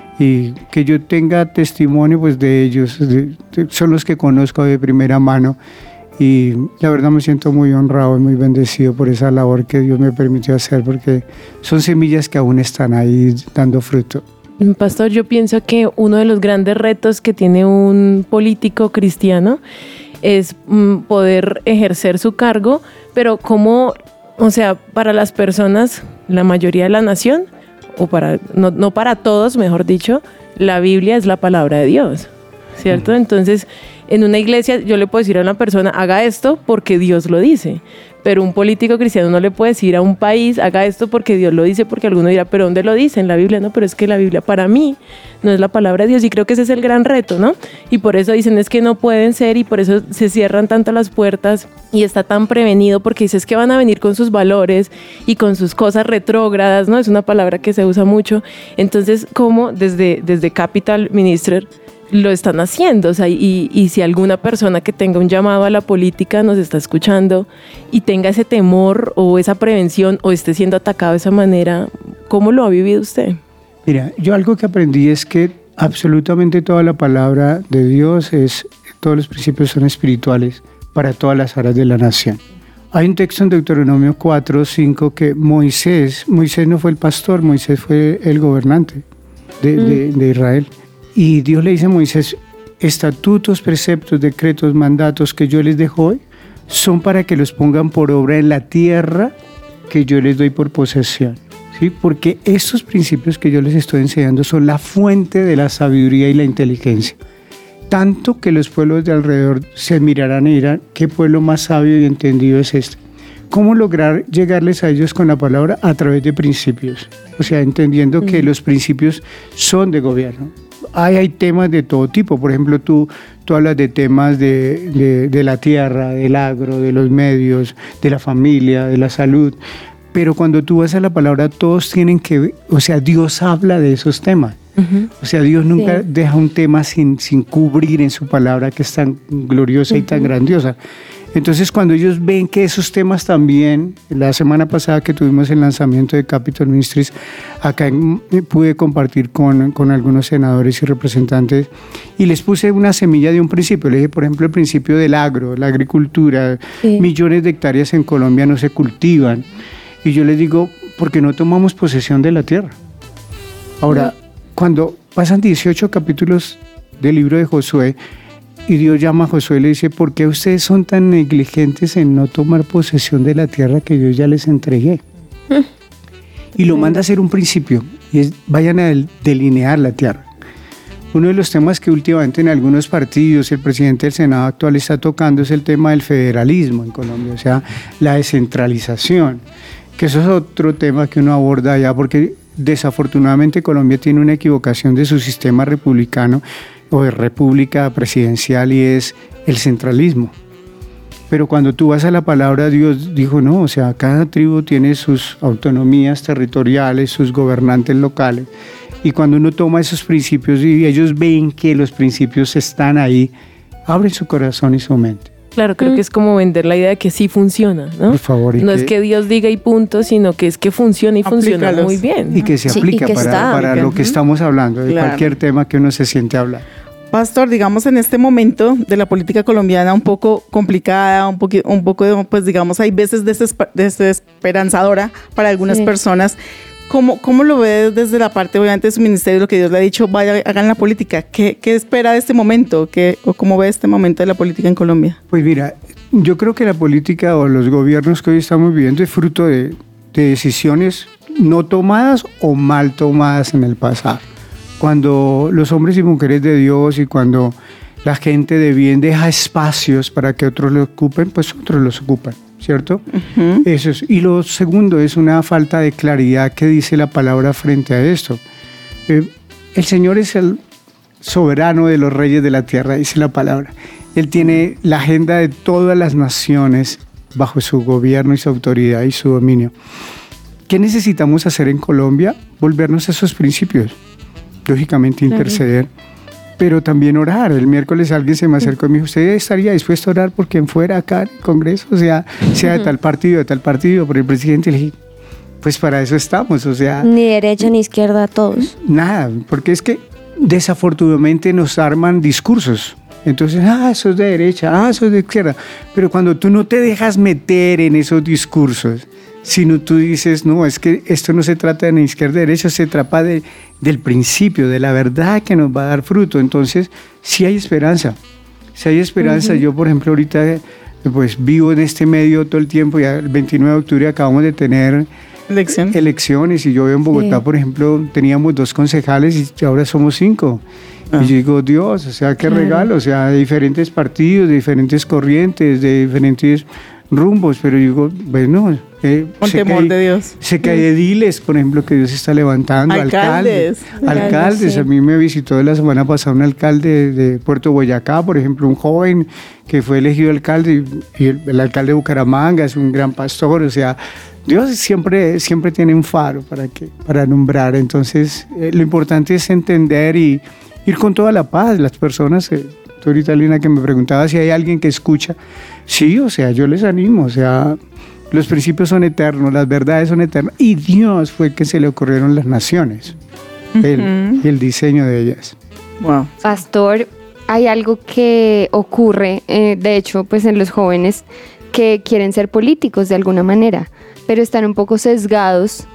Y que yo tenga testimonio pues de ellos, de, de, son los que conozco de primera mano y la verdad me siento muy honrado y muy bendecido por esa labor que Dios me permitió hacer, porque son semillas que aún están ahí dando fruto. Pastor, yo pienso que uno de los grandes retos que tiene un político cristiano es mm, poder ejercer su cargo, pero como, o sea, para las personas, la mayoría de la nación, o para no, no para todos, mejor dicho, la Biblia es la palabra de Dios, ¿cierto? Mm. Entonces, En una iglesia yo le puedo decir a una persona, haga esto porque Dios lo dice. Pero un político cristiano no le puede decir a un país, haga esto porque Dios lo dice, porque alguno dirá, ¿pero dónde lo dice? En la Biblia, no, pero es que la Biblia para mí no es la palabra de Dios, y creo que ese es el gran reto, ¿no? Y por eso dicen es que no pueden ser, y por eso se cierran tanto las puertas, y está tan prevenido, porque dices que van a venir con sus valores y con sus cosas retrógradas, ¿no? Es una palabra que se usa mucho. Entonces, ¿cómo desde, desde Capital Minister lo están haciendo? O sea, y, y si alguna persona que tenga un llamado a la política nos está escuchando y tenga ese temor o esa prevención o esté siendo atacado de esa manera, ¿cómo lo ha vivido usted? Mira, yo algo que aprendí es que absolutamente toda la palabra de Dios es, todos los principios son espirituales para todas las áreas de la nación. Hay un texto en Deuteronomio cuatro, cinco que Moisés, Moisés no fue el pastor, Moisés fue el gobernante de, mm. de, de Israel. Y Dios le dice a Moisés, estatutos, preceptos, decretos, mandatos que yo les dejo hoy son para que los pongan por obra en la tierra que yo les doy por posesión. ¿Sí? Porque estos principios que yo les estoy enseñando son la fuente de la sabiduría y la inteligencia. Tanto que los pueblos de alrededor se mirarán y dirán, ¿qué pueblo más sabio y entendido es este? ¿Cómo lograr llegarles a ellos con la palabra? A través de principios. O sea, entendiendo mm. que los principios son de gobierno. Hay, hay temas de todo tipo. Por ejemplo, tú, tú hablas de temas de, de, de la tierra, del agro, de los medios, de la familia, de la salud. Pero cuando tú vas a la palabra, todos tienen que... O sea, Dios habla de esos temas. Uh-huh. O sea, Dios nunca sí. deja un tema sin, sin cubrir en su palabra, que es tan gloriosa uh-huh. y tan grandiosa. Entonces, cuando ellos ven que esos temas también, la semana pasada que tuvimos el lanzamiento de Capital Ministries, acá en, pude compartir con, con algunos senadores y representantes y les puse una semilla de un principio. Le dije, por ejemplo, el principio del agro, la agricultura, sí. millones de hectáreas en Colombia no se cultivan. Y yo les digo, ¿por qué no tomamos posesión de la tierra? Ahora, sí. cuando pasan dieciocho capítulos del libro de Josué, y Dios llama a Josué y le dice, ¿por qué ustedes son tan negligentes en no tomar posesión de la tierra que yo ya les entregué? Y lo manda a hacer un principio, y es, vayan a delinear la tierra. Uno de los temas que últimamente en algunos partidos el presidente del Senado actual está tocando es el tema del federalismo en Colombia, o sea, la descentralización, que eso es otro tema que uno aborda allá, porque desafortunadamente Colombia tiene una equivocación de su sistema republicano o de república presidencial, y es el centralismo. Pero cuando tú vas a la palabra, Dios dijo no, o sea, cada tribu tiene sus autonomías territoriales, sus gobernantes locales, y cuando uno toma esos principios y ellos ven que los principios están ahí, abren su corazón y su mente. Claro, creo mm. que es como vender la idea de que sí funciona, ¿no? Por favor. No que, es que Dios diga y punto, sino que es que funciona y funciona muy bien. Y que se sí, aplica que para, está, para lo que estamos hablando, de claro. cualquier tema que uno se siente hablar. Pastor, digamos en este momento de la política colombiana un poco complicada, un, poqu- un poco, pues digamos, hay veces desesper- desesperanzadora para algunas sí. personas. ¿Cómo, ¿Cómo lo ve desde la parte, obviamente, de su ministerio, lo que Dios le ha dicho, vaya, hagan la política? ¿Qué, qué espera de este momento? ¿Qué, o cómo ve este momento de la política en Colombia? Pues mira, yo creo que la política o los gobiernos que hoy estamos viviendo es fruto de, de decisiones no tomadas o mal tomadas en el pasado. Cuando los hombres y mujeres de Dios y cuando la gente de bien deja espacios para que otros lo ocupen, pues otros los ocupan, ¿cierto? Uh-huh. Eso es. Y lo segundo es una falta de claridad que dice la palabra frente a esto. Eh, el Señor es el soberano de los reyes de la tierra, dice la palabra. Él tiene la agenda de todas las naciones bajo su gobierno y su autoridad y su dominio. ¿Qué necesitamos hacer en Colombia? Volvernos a esos principios. Lógicamente interceder, claro. pero también orar. El miércoles alguien se me acercó y me dijo, ¿usted estaría dispuesto a orar por quien fuera acá en el Congreso? O sea, sea de tal partido, de tal partido, por el presidente. Le dije, pues para eso estamos, o sea... Ni derecha ni izquierda, todos. Nada, porque es que desafortunadamente nos arman discursos. Entonces, ah, eso es de derecha, ah, eso es de izquierda. Pero cuando tú no te dejas meter en esos discursos, sino tú dices, no, es que esto no se trata de ni izquierda ni derecha, se trata de, del principio, de la verdad que nos va a dar fruto. Entonces, sí hay esperanza, sí hay esperanza. Uh-huh. Yo, por ejemplo, ahorita pues vivo en este medio todo el tiempo, ya el veintinueve de octubre acabamos de tener Elecciones. elecciones. Y yo veo en Bogotá, Sí. por ejemplo, teníamos dos concejales y ahora somos cinco. Ah. Y yo digo, Dios, o sea, qué regalo, o sea, de diferentes partidos, de diferentes corrientes, de diferentes rumbos, pero digo, bueno, eh, Con sé que temor hay- de Dios. sé que hay ediles, por ejemplo, que Dios está levantando, Alcaldes. alcaldes, alcaldes. sí. A mí me visitó la semana pasada un alcalde de Puerto Boyacá, por ejemplo, un joven que fue elegido alcalde, y el, el alcalde de Bucaramanga es un gran pastor, o sea, Dios siempre, siempre tiene un faro para, que, para nombrar, entonces eh, lo importante es entender y ir con toda la paz. Las personas, eh, tú ahorita, Lina, que me preguntaba si hay alguien que escucha, sí, o sea, yo les animo, o sea, los principios son eternos, las verdades son eternas, y Dios fue el que se le ocurrieron las naciones, el, y el diseño de ellas. Wow. Pastor, hay algo que ocurre, eh, de hecho, pues en los jóvenes que quieren ser políticos de alguna manera, pero están un poco sesgados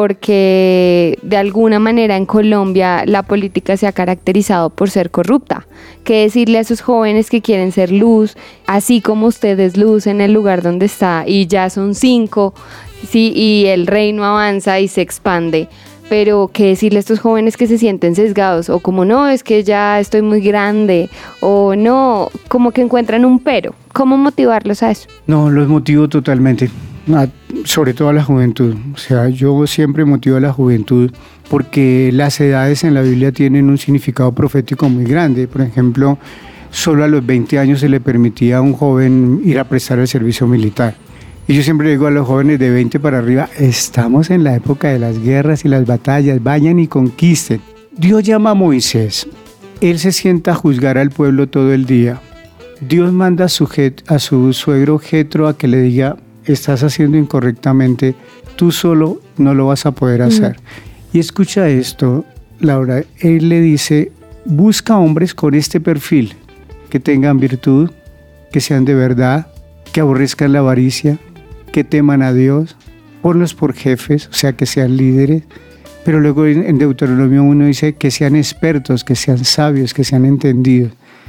porque de alguna manera en Colombia la política se ha caracterizado por ser corrupta. ¿Qué decirle a esos jóvenes que quieren ser luz, así como usted es luz en el lugar donde está y ya son cinco, sí, y el reino avanza y se expande? Pero qué decirle a estos jóvenes que se sienten sesgados, o como no, es que ya estoy muy grande, o no, como que encuentran un pero. ¿Cómo motivarlos a eso? No, los motivo totalmente, a- sobre todo a la juventud. O sea, yo siempre motivo a la juventud porque las edades en la Biblia tienen un significado profético muy grande. Por ejemplo, solo a los veinte años se le permitía a un joven ir a prestar el servicio militar. Y yo siempre digo a los jóvenes de veinte para arriba, estamos en la época de las guerras y las batallas, vayan y conquisten. Dios llama a Moisés, él se sienta a juzgar al pueblo todo el día. Dios manda a su, jet- a su suegro Jetro a que le diga, estás haciendo incorrectamente, tú solo no lo vas a poder hacer. Y escucha esto, Laura, él le dice, busca hombres con este perfil, que tengan virtud, que sean de verdad, que aborrezcan la avaricia, que teman a Dios, ponlos por jefes, o sea, que sean líderes. Pero luego en en Deuteronomio uno dice que sean expertos, que sean sabios, que sean entendidos.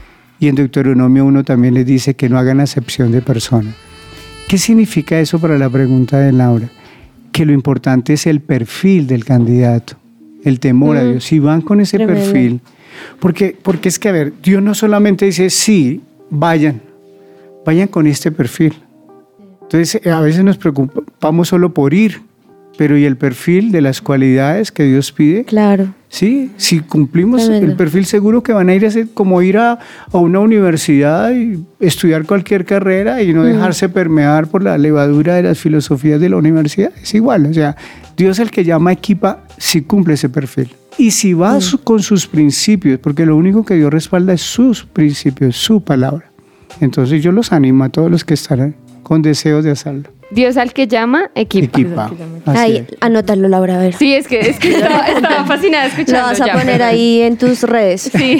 Y en Deuteronomio uno también les dice que no hagan acepción de personas. ¿Qué significa eso para la pregunta de Laura? Que lo importante es el perfil del candidato, el temor a Dios. Si van con ese Tremendo. perfil, porque, porque es que, a ver, Dios no solamente dice, sí, vayan, vayan con este perfil. Entonces, a veces nos preocupamos solo por ir, pero ¿y el perfil de las cualidades que Dios pide? Claro. Sí, si cumplimos Tremendo. el perfil, seguro que van a ir a hacer como ir a, a una universidad y estudiar cualquier carrera y no dejarse permear por la levadura de las filosofías de la universidad. Es igual, o sea, Dios el que llama equipa si cumple ese perfil. Y si va su- con sus principios, porque lo único que Dios respalda es sus principios, su palabra. Entonces yo los animo a todos los que están con deseos de hacerlo. Dios al que llama, equipa. Equipa. Así Ahí, es. anótalo, Laura, a ver. Sí, es que, es que estaba, estaba fascinada Lo escuchando. vas a ya, poner perdón. ahí en tus redes. Sí.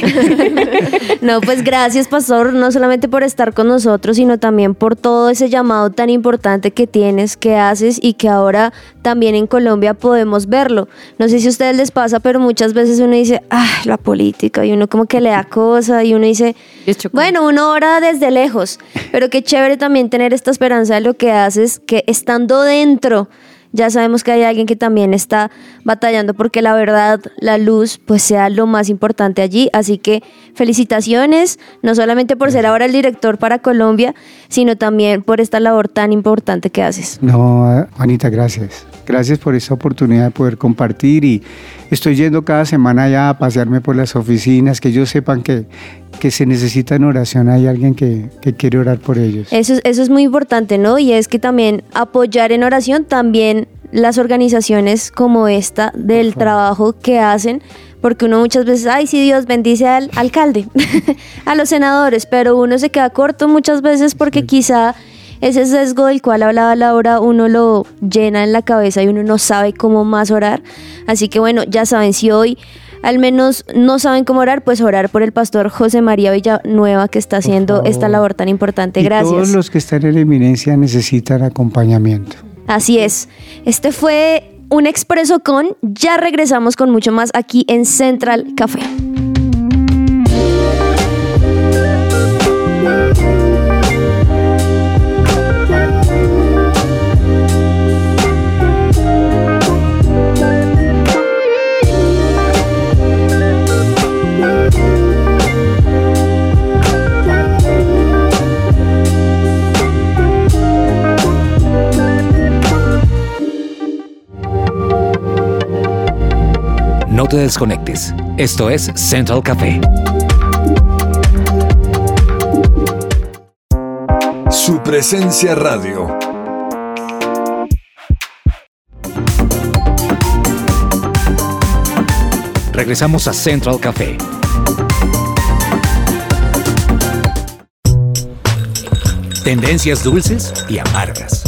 No, pues gracias, pastor, no solamente por estar con nosotros, sino también por todo ese llamado tan importante que tienes, que haces y que ahora también en Colombia podemos verlo. No sé si a ustedes les pasa, pero muchas veces uno dice, ah, la política, y uno como que le da cosa, y uno dice, Es chocante. bueno, uno ora desde lejos, pero qué chévere también tener esta esperanza de lo que haces, que estando dentro, ya sabemos que hay alguien que también está batallando porque la verdad, la luz, pues sea lo más importante allí. Así que felicitaciones, no solamente por ser ahora el director para Colombia, sino también por esta labor tan importante que haces. No, Juanita, gracias. Gracias por esta oportunidad de poder compartir y estoy yendo cada semana ya a pasearme por las oficinas, que ellos sepan que, que se necesitan oración, hay alguien que, que quiere orar por ellos. Eso, es- eso es muy importante, ¿no? Y es que también apoyar en oración también las organizaciones como esta del favor. trabajo que hacen, porque uno muchas veces, ay, sí, Dios bendice al alcalde, a los senadores, pero uno se queda corto muchas veces porque quizá ese sesgo del cual hablaba Laura, uno lo llena en la cabeza y uno no sabe cómo más orar. Así que bueno, ya saben, si hoy al menos no saben cómo orar, pues orar por el pastor José María Villanueva, que está haciendo favor. esta labor tan importante. Y Gracias. todos los que están en la eminencia necesitan acompañamiento. Así es. Este fue un expreso con. Ya regresamos con mucho más aquí en Central Café. te desconectes. Esto es Central Café. Su presencia radio. Regresamos a Central Café. Tendencias dulces y amargas.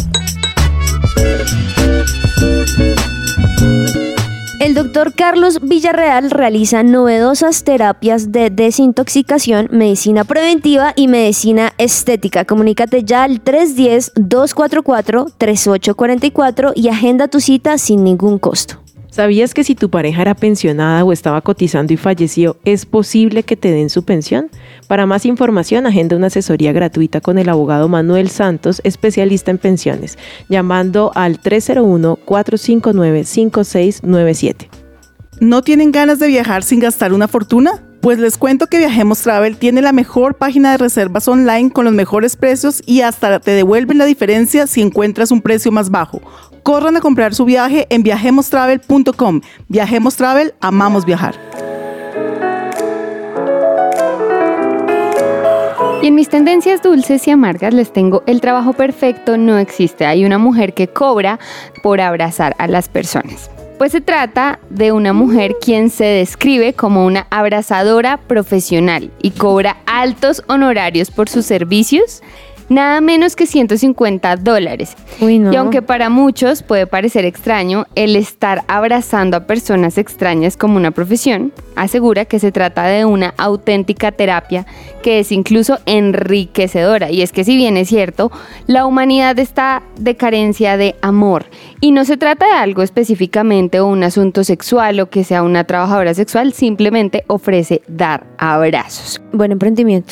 El doctor Carlos Villarreal realiza novedosas terapias de desintoxicación, medicina preventiva y medicina estética. Comunícate ya al tres uno cero, dos cuatro cuatro, tres ocho cuatro cuatro y agenda tu cita sin ningún costo. ¿Sabías que si tu pareja era pensionada o estaba cotizando y falleció, es posible que te den su pensión? Para más información, agenda una asesoría gratuita con el abogado Manuel Santos, especialista en pensiones, llamando al tres cero uno, cuatro cinco nueve, cinco seis nueve siete. ¿No tienen ganas de viajar sin gastar una fortuna? Pues les cuento que Viajemos Travel tiene la mejor página de reservas online con los mejores precios y hasta te devuelven la diferencia si encuentras un precio más bajo. Corran a comprar su viaje en viajemos travel punto com. Viajemos Travel, amamos viajar. Y en mis tendencias dulces y amargas les tengo el trabajo perfecto no existe. Hay una mujer que cobra por abrazar a las personas. Pues se trata de una mujer quien se describe como una abrazadora profesional y cobra altos honorarios por sus servicios, nada menos que ciento cincuenta dólares. Uy, no. Y aunque para muchos puede parecer extraño, el estar abrazando a personas extrañas como una profesión, asegura que se trata de una auténtica terapia que es incluso enriquecedora. Y es que si bien es cierto, la humanidad está de carencia de amor. Y no se trata de algo específicamente o un asunto sexual o que sea una trabajadora sexual, simplemente ofrece dar abrazos. Buen emprendimiento.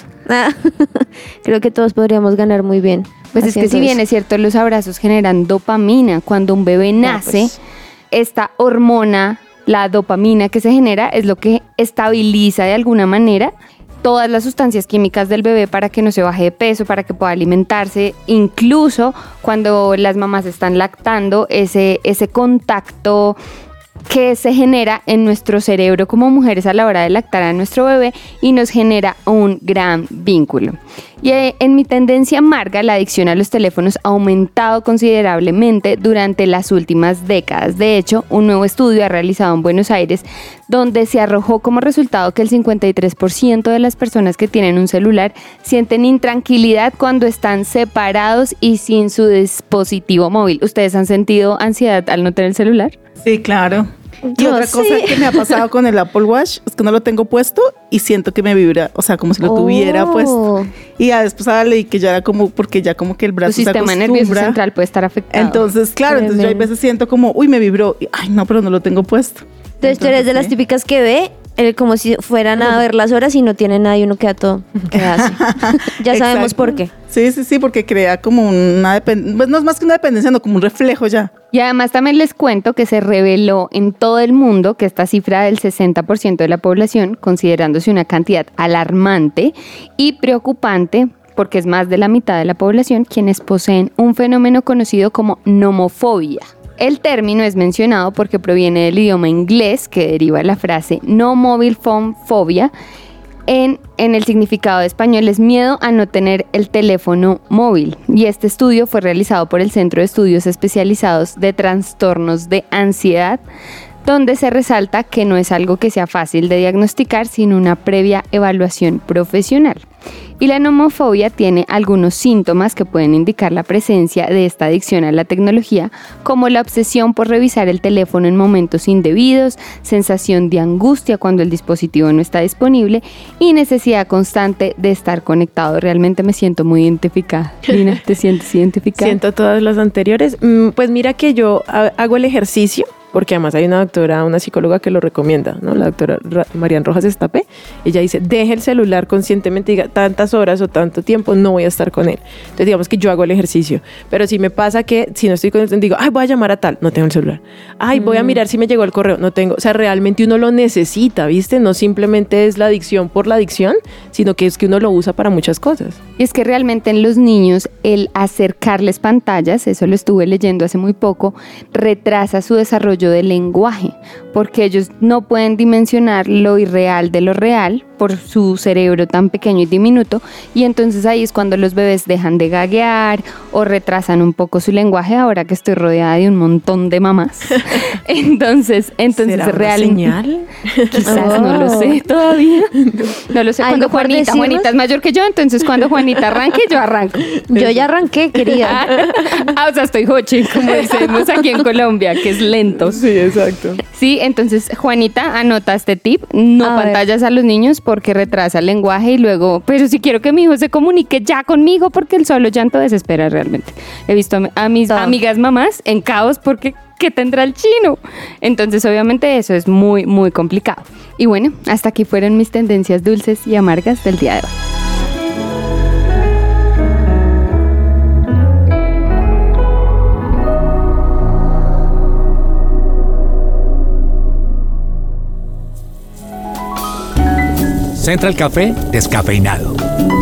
Creo que todos podríamos ganar muy bien. Pues es que si bien es cierto, los abrazos generan dopamina. Cuando un bebé nace, pues. esta hormona, la dopamina que se genera, es lo que estabiliza de alguna manera todas las sustancias químicas del bebé para que no se baje de peso, para que pueda alimentarse. Incluso cuando las mamás están lactando, ese, ese contacto que se genera en nuestro cerebro como mujeres a la hora de lactar a nuestro bebé y nos genera un gran vínculo. Y en mi tendencia amarga, la adicción a los teléfonos ha aumentado considerablemente durante las últimas décadas. De hecho, un nuevo estudio ha realizado en Buenos Aires donde se arrojó como resultado que el cincuenta y tres por ciento de las personas que tienen un celular sienten intranquilidad cuando están separados y sin su dispositivo móvil. ¿Ustedes han sentido ansiedad al no tener el celular? Sí, claro. Y Yo otra sí. cosa que me ha pasado con el Apple Watch es que no lo tengo puesto y siento que me vibra, o sea, como si lo Oh. tuviera puesto. Y ya después ahora leí que ya era como, porque ya como que el Tu brazo se sistema nervioso acostumbra. central puede estar afectado. Entonces, claro, entonces yo hay Tremendo. veces siento como, uy, me vibró. Y, ay, no, pero no lo tengo puesto. Entonces tú eres de las sí. típicas que ve eh, como si fueran a ver las horas y no tiene nada y uno queda todo. Queda así. Ya sabemos Exacto. por qué. Sí, sí, sí, porque crea como una dependencia, pues no es más que una dependencia, no, como un reflejo ya. Y además también les cuento que se reveló en todo el mundo que esta cifra del sesenta por ciento de la población, considerándose una cantidad alarmante y preocupante, porque es más de la mitad de la población quienes poseen un fenómeno conocido como nomofobia. El término es mencionado porque proviene del idioma inglés, que deriva de la frase no mobile phone phobia. En, en el significado de español es miedo a no tener el teléfono móvil. Y este estudio fue realizado por el Centro de Estudios Especializados de Trastornos de Ansiedad, donde se resalta que no es algo que sea fácil de diagnosticar sin una previa evaluación profesional. Y la nomofobia tiene algunos síntomas que pueden indicar la presencia de esta adicción a la tecnología, como la obsesión por revisar el teléfono en momentos indebidos, sensación de angustia cuando el dispositivo no está disponible y necesidad constante de estar conectado. Realmente me siento muy identificada. Lina, ¿te sientes identificada? Siento todas las anteriores. Mm, Pues mira que yo ha- hago el ejercicio, porque además hay una doctora, una psicóloga que lo recomienda, ¿no? La doctora Ra- Marian Rojas Estape. Ella dice, deje el celular conscientemente, diga, tantas horas o tanto tiempo no voy a estar con él. Entonces digamos que yo hago el ejercicio. Pero si me pasa que si no estoy con él, digo, ay, voy a llamar a tal, no tengo el celular. Ay, voy a mirar si me llegó el correo, no tengo. O sea, realmente uno lo necesita, ¿viste? No simplemente es la adicción por la adicción, sino que es que uno lo usa para muchas cosas. Y es que realmente en los niños el acercarles pantallas, eso lo estuve leyendo hace muy poco, retrasa su desarrollo desarrollo del lenguaje, porque ellos no pueden dimensionar lo irreal de lo real por su cerebro tan pequeño y diminuto, y entonces ahí es cuando los bebés dejan de gaguear o retrasan un poco su lenguaje, ahora que estoy rodeada de un montón de mamás. Entonces, entonces ¿Será una realmente señal? quizás Oh. no lo sé todavía. No lo sé. Cuando ¿Algo por Juanita, decirnos? Juanita es mayor que yo, entonces cuando Juanita arranque, yo arranco. Yo ya arranqué, querida. Ah, o sea, estoy hoche, como decimos aquí en Colombia, que es lento. Sí, exacto. Sí, entonces Juanita, anota este tip, no A ver. pantallas a los niños porque retrasa el lenguaje y luego, pero si quiero que mi hijo se comunique ya conmigo porque el solo llanto desespera realmente. He visto a, a mis Todo. amigas mamás en caos porque ¿qué tendrá el chino? Entonces obviamente eso es muy, muy complicado. Y bueno, hasta aquí fueron mis tendencias dulces y amargas del día de hoy. Central Café descafeinado.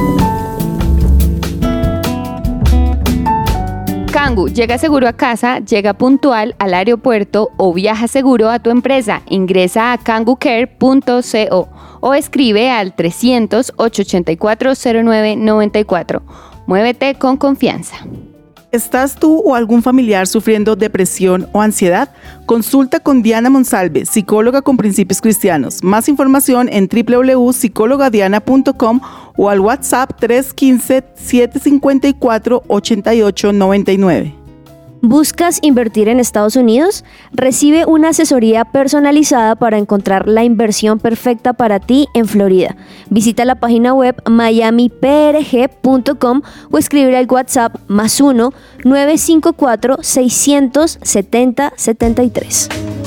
Kangu, llega seguro a casa, llega puntual al aeropuerto o viaja seguro a tu empresa. Ingresa a kangu care punto co o escribe al trescientos, ochocientos ochenta y cuatro, cero nueve noventa y cuatro. Muévete con confianza. ¿Estás tú o algún familiar sufriendo depresión o ansiedad? Consulta con Diana Monsalve, psicóloga con principios cristianos. Más información en doble u doble u doble u punto psicóloga diana punto com o al WhatsApp tres uno cinco, siete cinco cuatro, ocho ocho nueve nueve. ¿Buscas invertir en Estados Unidos? Recibe una asesoría personalizada para encontrar la inversión perfecta para ti en Florida. Visita la página web miami p r g punto com o escribe al WhatsApp más uno, nueve cinco cuatro, seis cero cero, siete cero siete tres.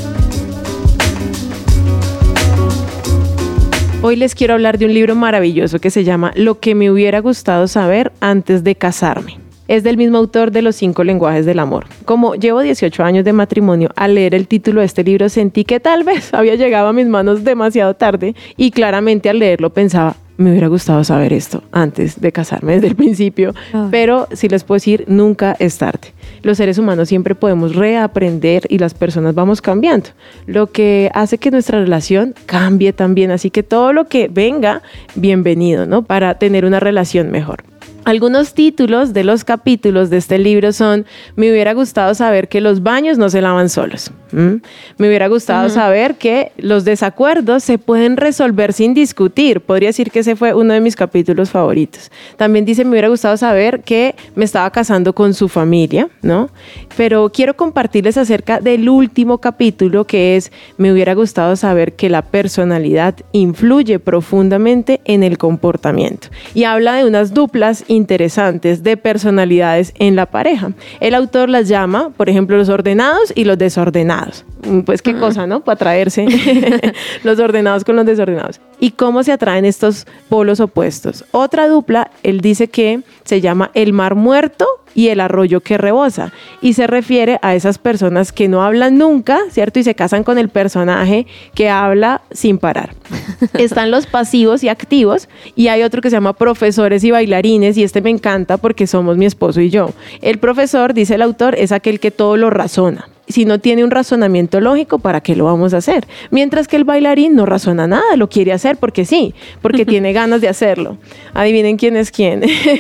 Hoy les quiero hablar de un libro maravilloso que se llama Lo que me hubiera gustado saber antes de casarme. Es del mismo autor de Los cinco lenguajes del amor. Como llevo dieciocho años de matrimonio, al leer el título de este libro sentí que tal vez había llegado a mis manos demasiado tarde y claramente al leerlo pensaba, me hubiera gustado saber esto antes de casarme desde el principio, Ah. pero si les puedo decir, nunca es tarde. Los seres humanos siempre podemos reaprender y las personas vamos cambiando, lo que hace que nuestra relación cambie también, así que todo lo que venga, bienvenido, ¿no? Para tener una relación mejor. Algunos títulos de los capítulos de este libro son: me hubiera gustado saber que los baños no se lavan solos. ¿Mm? Me hubiera gustado uh-huh. saber que los desacuerdos se pueden resolver sin discutir. Podría decir que ese fue uno de mis capítulos favoritos. También dice: me hubiera gustado saber que me estaba casando con su familia, ¿no? Pero quiero compartirles acerca del último capítulo, que es: me hubiera gustado saber que la personalidad influye profundamente en el comportamiento. Y habla de unas duplas interesantes de personalidades en la pareja. El autor las llama, por ejemplo, los ordenados y los desordenados. Pues qué cosa, ¿no? Para atraerse los ordenados con los desordenados. ¿Y cómo se atraen estos polos opuestos? Otra dupla, él dice que se llama el mar muerto y el arroyo que rebosa, y se refiere a esas personas que no hablan nunca, ¿cierto? Y se casan con el personaje que habla sin parar. Están los pasivos y activos, y hay otro que se llama profesores y bailarines, y este me encanta porque somos mi esposo y yo. El profesor, dice el autor, es aquel que todo lo razona. Si no tiene un razonamiento lógico, ¿para qué lo vamos a hacer? Mientras que el bailarín no razona nada, lo quiere hacer porque sí, porque tiene ganas de hacerlo. Adivinen quién es quién.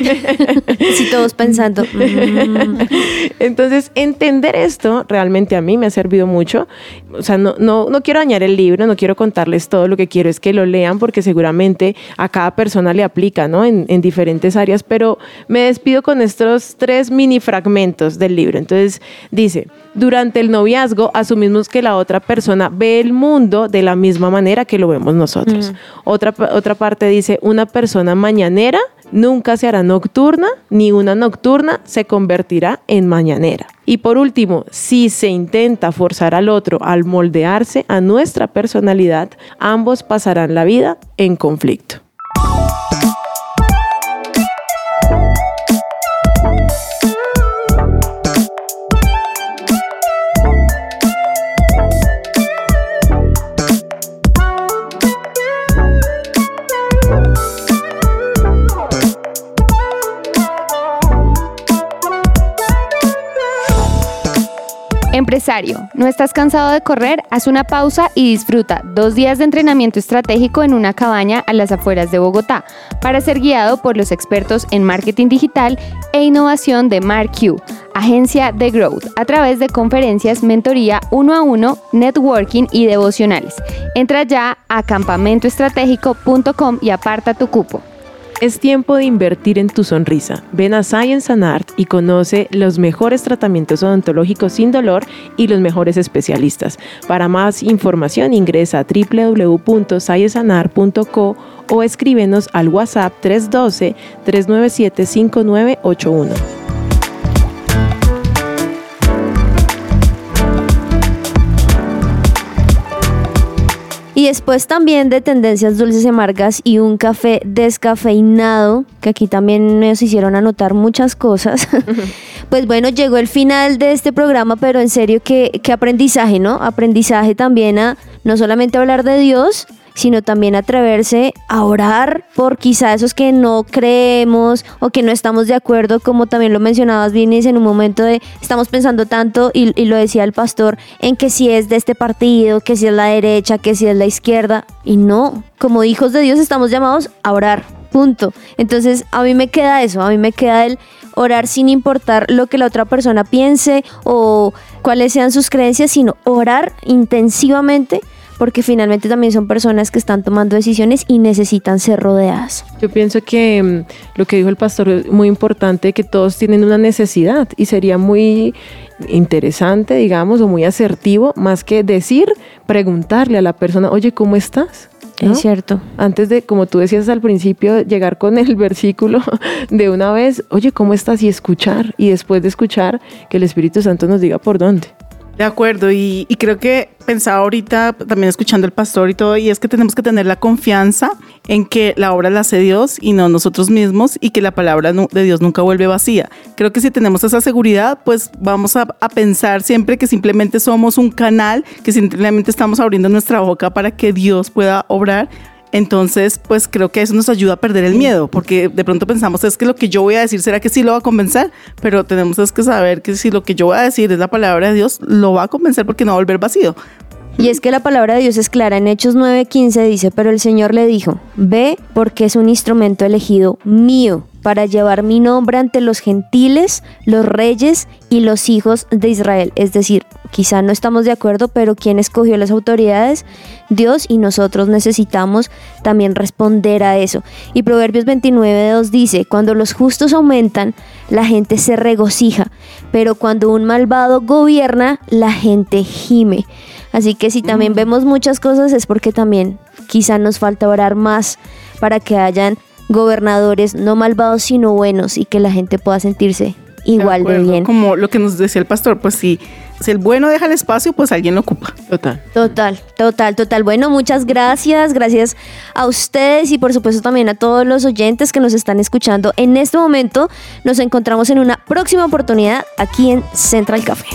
Sí, todos pensando. Mm. Entonces, entender esto realmente a mí me ha servido mucho. O sea, no, no, no quiero dañar el libro, no quiero contarles todo, lo que quiero es que lo lean porque seguramente a cada persona le aplica, ¿no? En, en diferentes áreas, pero me despido con estos tres mini fragmentos del libro. Entonces, dice: durante el noviazgo asumimos que la otra persona ve el mundo de la misma manera que lo vemos nosotros. Mm. Otra, otra parte dice: una persona mañanera nunca se hará nocturna, ni una nocturna se convertirá en mañanera. Y por último, si se intenta forzar al otro al moldearse a nuestra personalidad, ambos pasarán la vida en conflicto. Empresario, ¿no estás cansado de correr? Haz una pausa y disfruta dos días de entrenamiento estratégico en una cabaña a las afueras de Bogotá para ser guiado por los expertos en marketing digital e innovación de MarQ, agencia de Growth, a través de conferencias, mentoría uno a uno, networking y devocionales. Entra ya a campamento estratégico punto com y aparta tu cupo. Es tiempo de invertir en tu sonrisa. Ven a Science and Art y conoce los mejores tratamientos odontológicos sin dolor y los mejores especialistas. Para más información ingresa a doble u doble u doble u punto science and art punto co o escríbenos al WhatsApp tres uno dos, tres nueve siete, cinco nueve ocho uno. Y después también de tendencias dulces y amargas y un café descafeinado, que aquí también nos hicieron anotar muchas cosas. Pues bueno, llegó el final de este programa, pero en serio, qué, qué aprendizaje, ¿no? Aprendizaje también a no solamente hablar de Dios, sino también atreverse a orar por quizá esos que no creemos o que no estamos de acuerdo, como también lo mencionabas, Vinis, en un momento de estamos pensando tanto, y, y lo decía el pastor, en que si es de este partido, que si es la derecha, que si es la izquierda, y no, como hijos de Dios estamos llamados a orar, punto. Entonces a mí me queda eso, a mí me queda el orar sin importar lo que la otra persona piense o cuáles sean sus creencias, sino orar intensivamente, porque finalmente también son personas que están tomando decisiones y necesitan ser rodeadas. Yo pienso que um, lo que dijo el pastor es muy importante, que todos tienen una necesidad y sería muy interesante, digamos, o muy asertivo, más que decir, preguntarle a la persona, oye, ¿cómo estás? ¿No? Es cierto. Antes de, como tú decías al principio, llegar con el versículo de una vez, oye, ¿cómo estás? Y escuchar, y después de escuchar, que el Espíritu Santo nos diga por dónde. De acuerdo, y, y creo que pensaba ahorita, también escuchando al pastor y todo, y es que tenemos que tener la confianza en que la obra la hace Dios y no nosotros mismos, y que la palabra de Dios nunca vuelve vacía. Creo que si tenemos esa seguridad, pues vamos a, a pensar siempre que simplemente somos un canal, que simplemente estamos abriendo nuestra boca para que Dios pueda obrar. Entonces, pues creo que eso nos ayuda a perder el miedo, porque de pronto pensamos, es que lo que yo voy a decir, ¿será que sí lo va a convencer? Pero tenemos es que saber que si lo que yo voy a decir es la palabra de Dios, lo va a convencer porque no va a volver vacío. Y es que la palabra de Dios es clara. En Hechos nueve quince dice, pero el Señor le dijo, ve porque es un instrumento elegido mío para llevar mi nombre ante los gentiles, los reyes y los hijos de Israel. Es decir, quizá no estamos de acuerdo, pero ¿quién escogió las autoridades? Dios, y nosotros necesitamos también responder a eso. Y Proverbios veintinueve dos dice, cuando los justos aumentan, la gente se regocija, pero cuando un malvado gobierna, la gente gime. Así que si también vemos muchas cosas es porque también quizá nos falta orar más para que hayan gobernadores no malvados sino buenos y que la gente pueda sentirse igual de, de bien. Como lo que nos decía el pastor, pues si, si el bueno deja el espacio, pues alguien lo ocupa. Total. Total, total, total. Bueno, muchas gracias, gracias a ustedes y por supuesto también a todos los oyentes que nos están escuchando en este momento. Nos encontramos en una próxima oportunidad aquí en Central Café.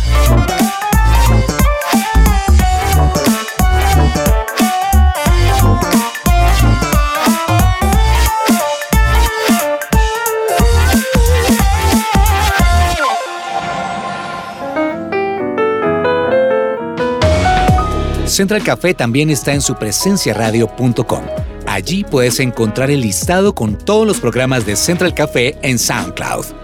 Central Café también está en su presencia radio punto com. Allí puedes encontrar el listado con todos los programas de Central Café en SoundCloud.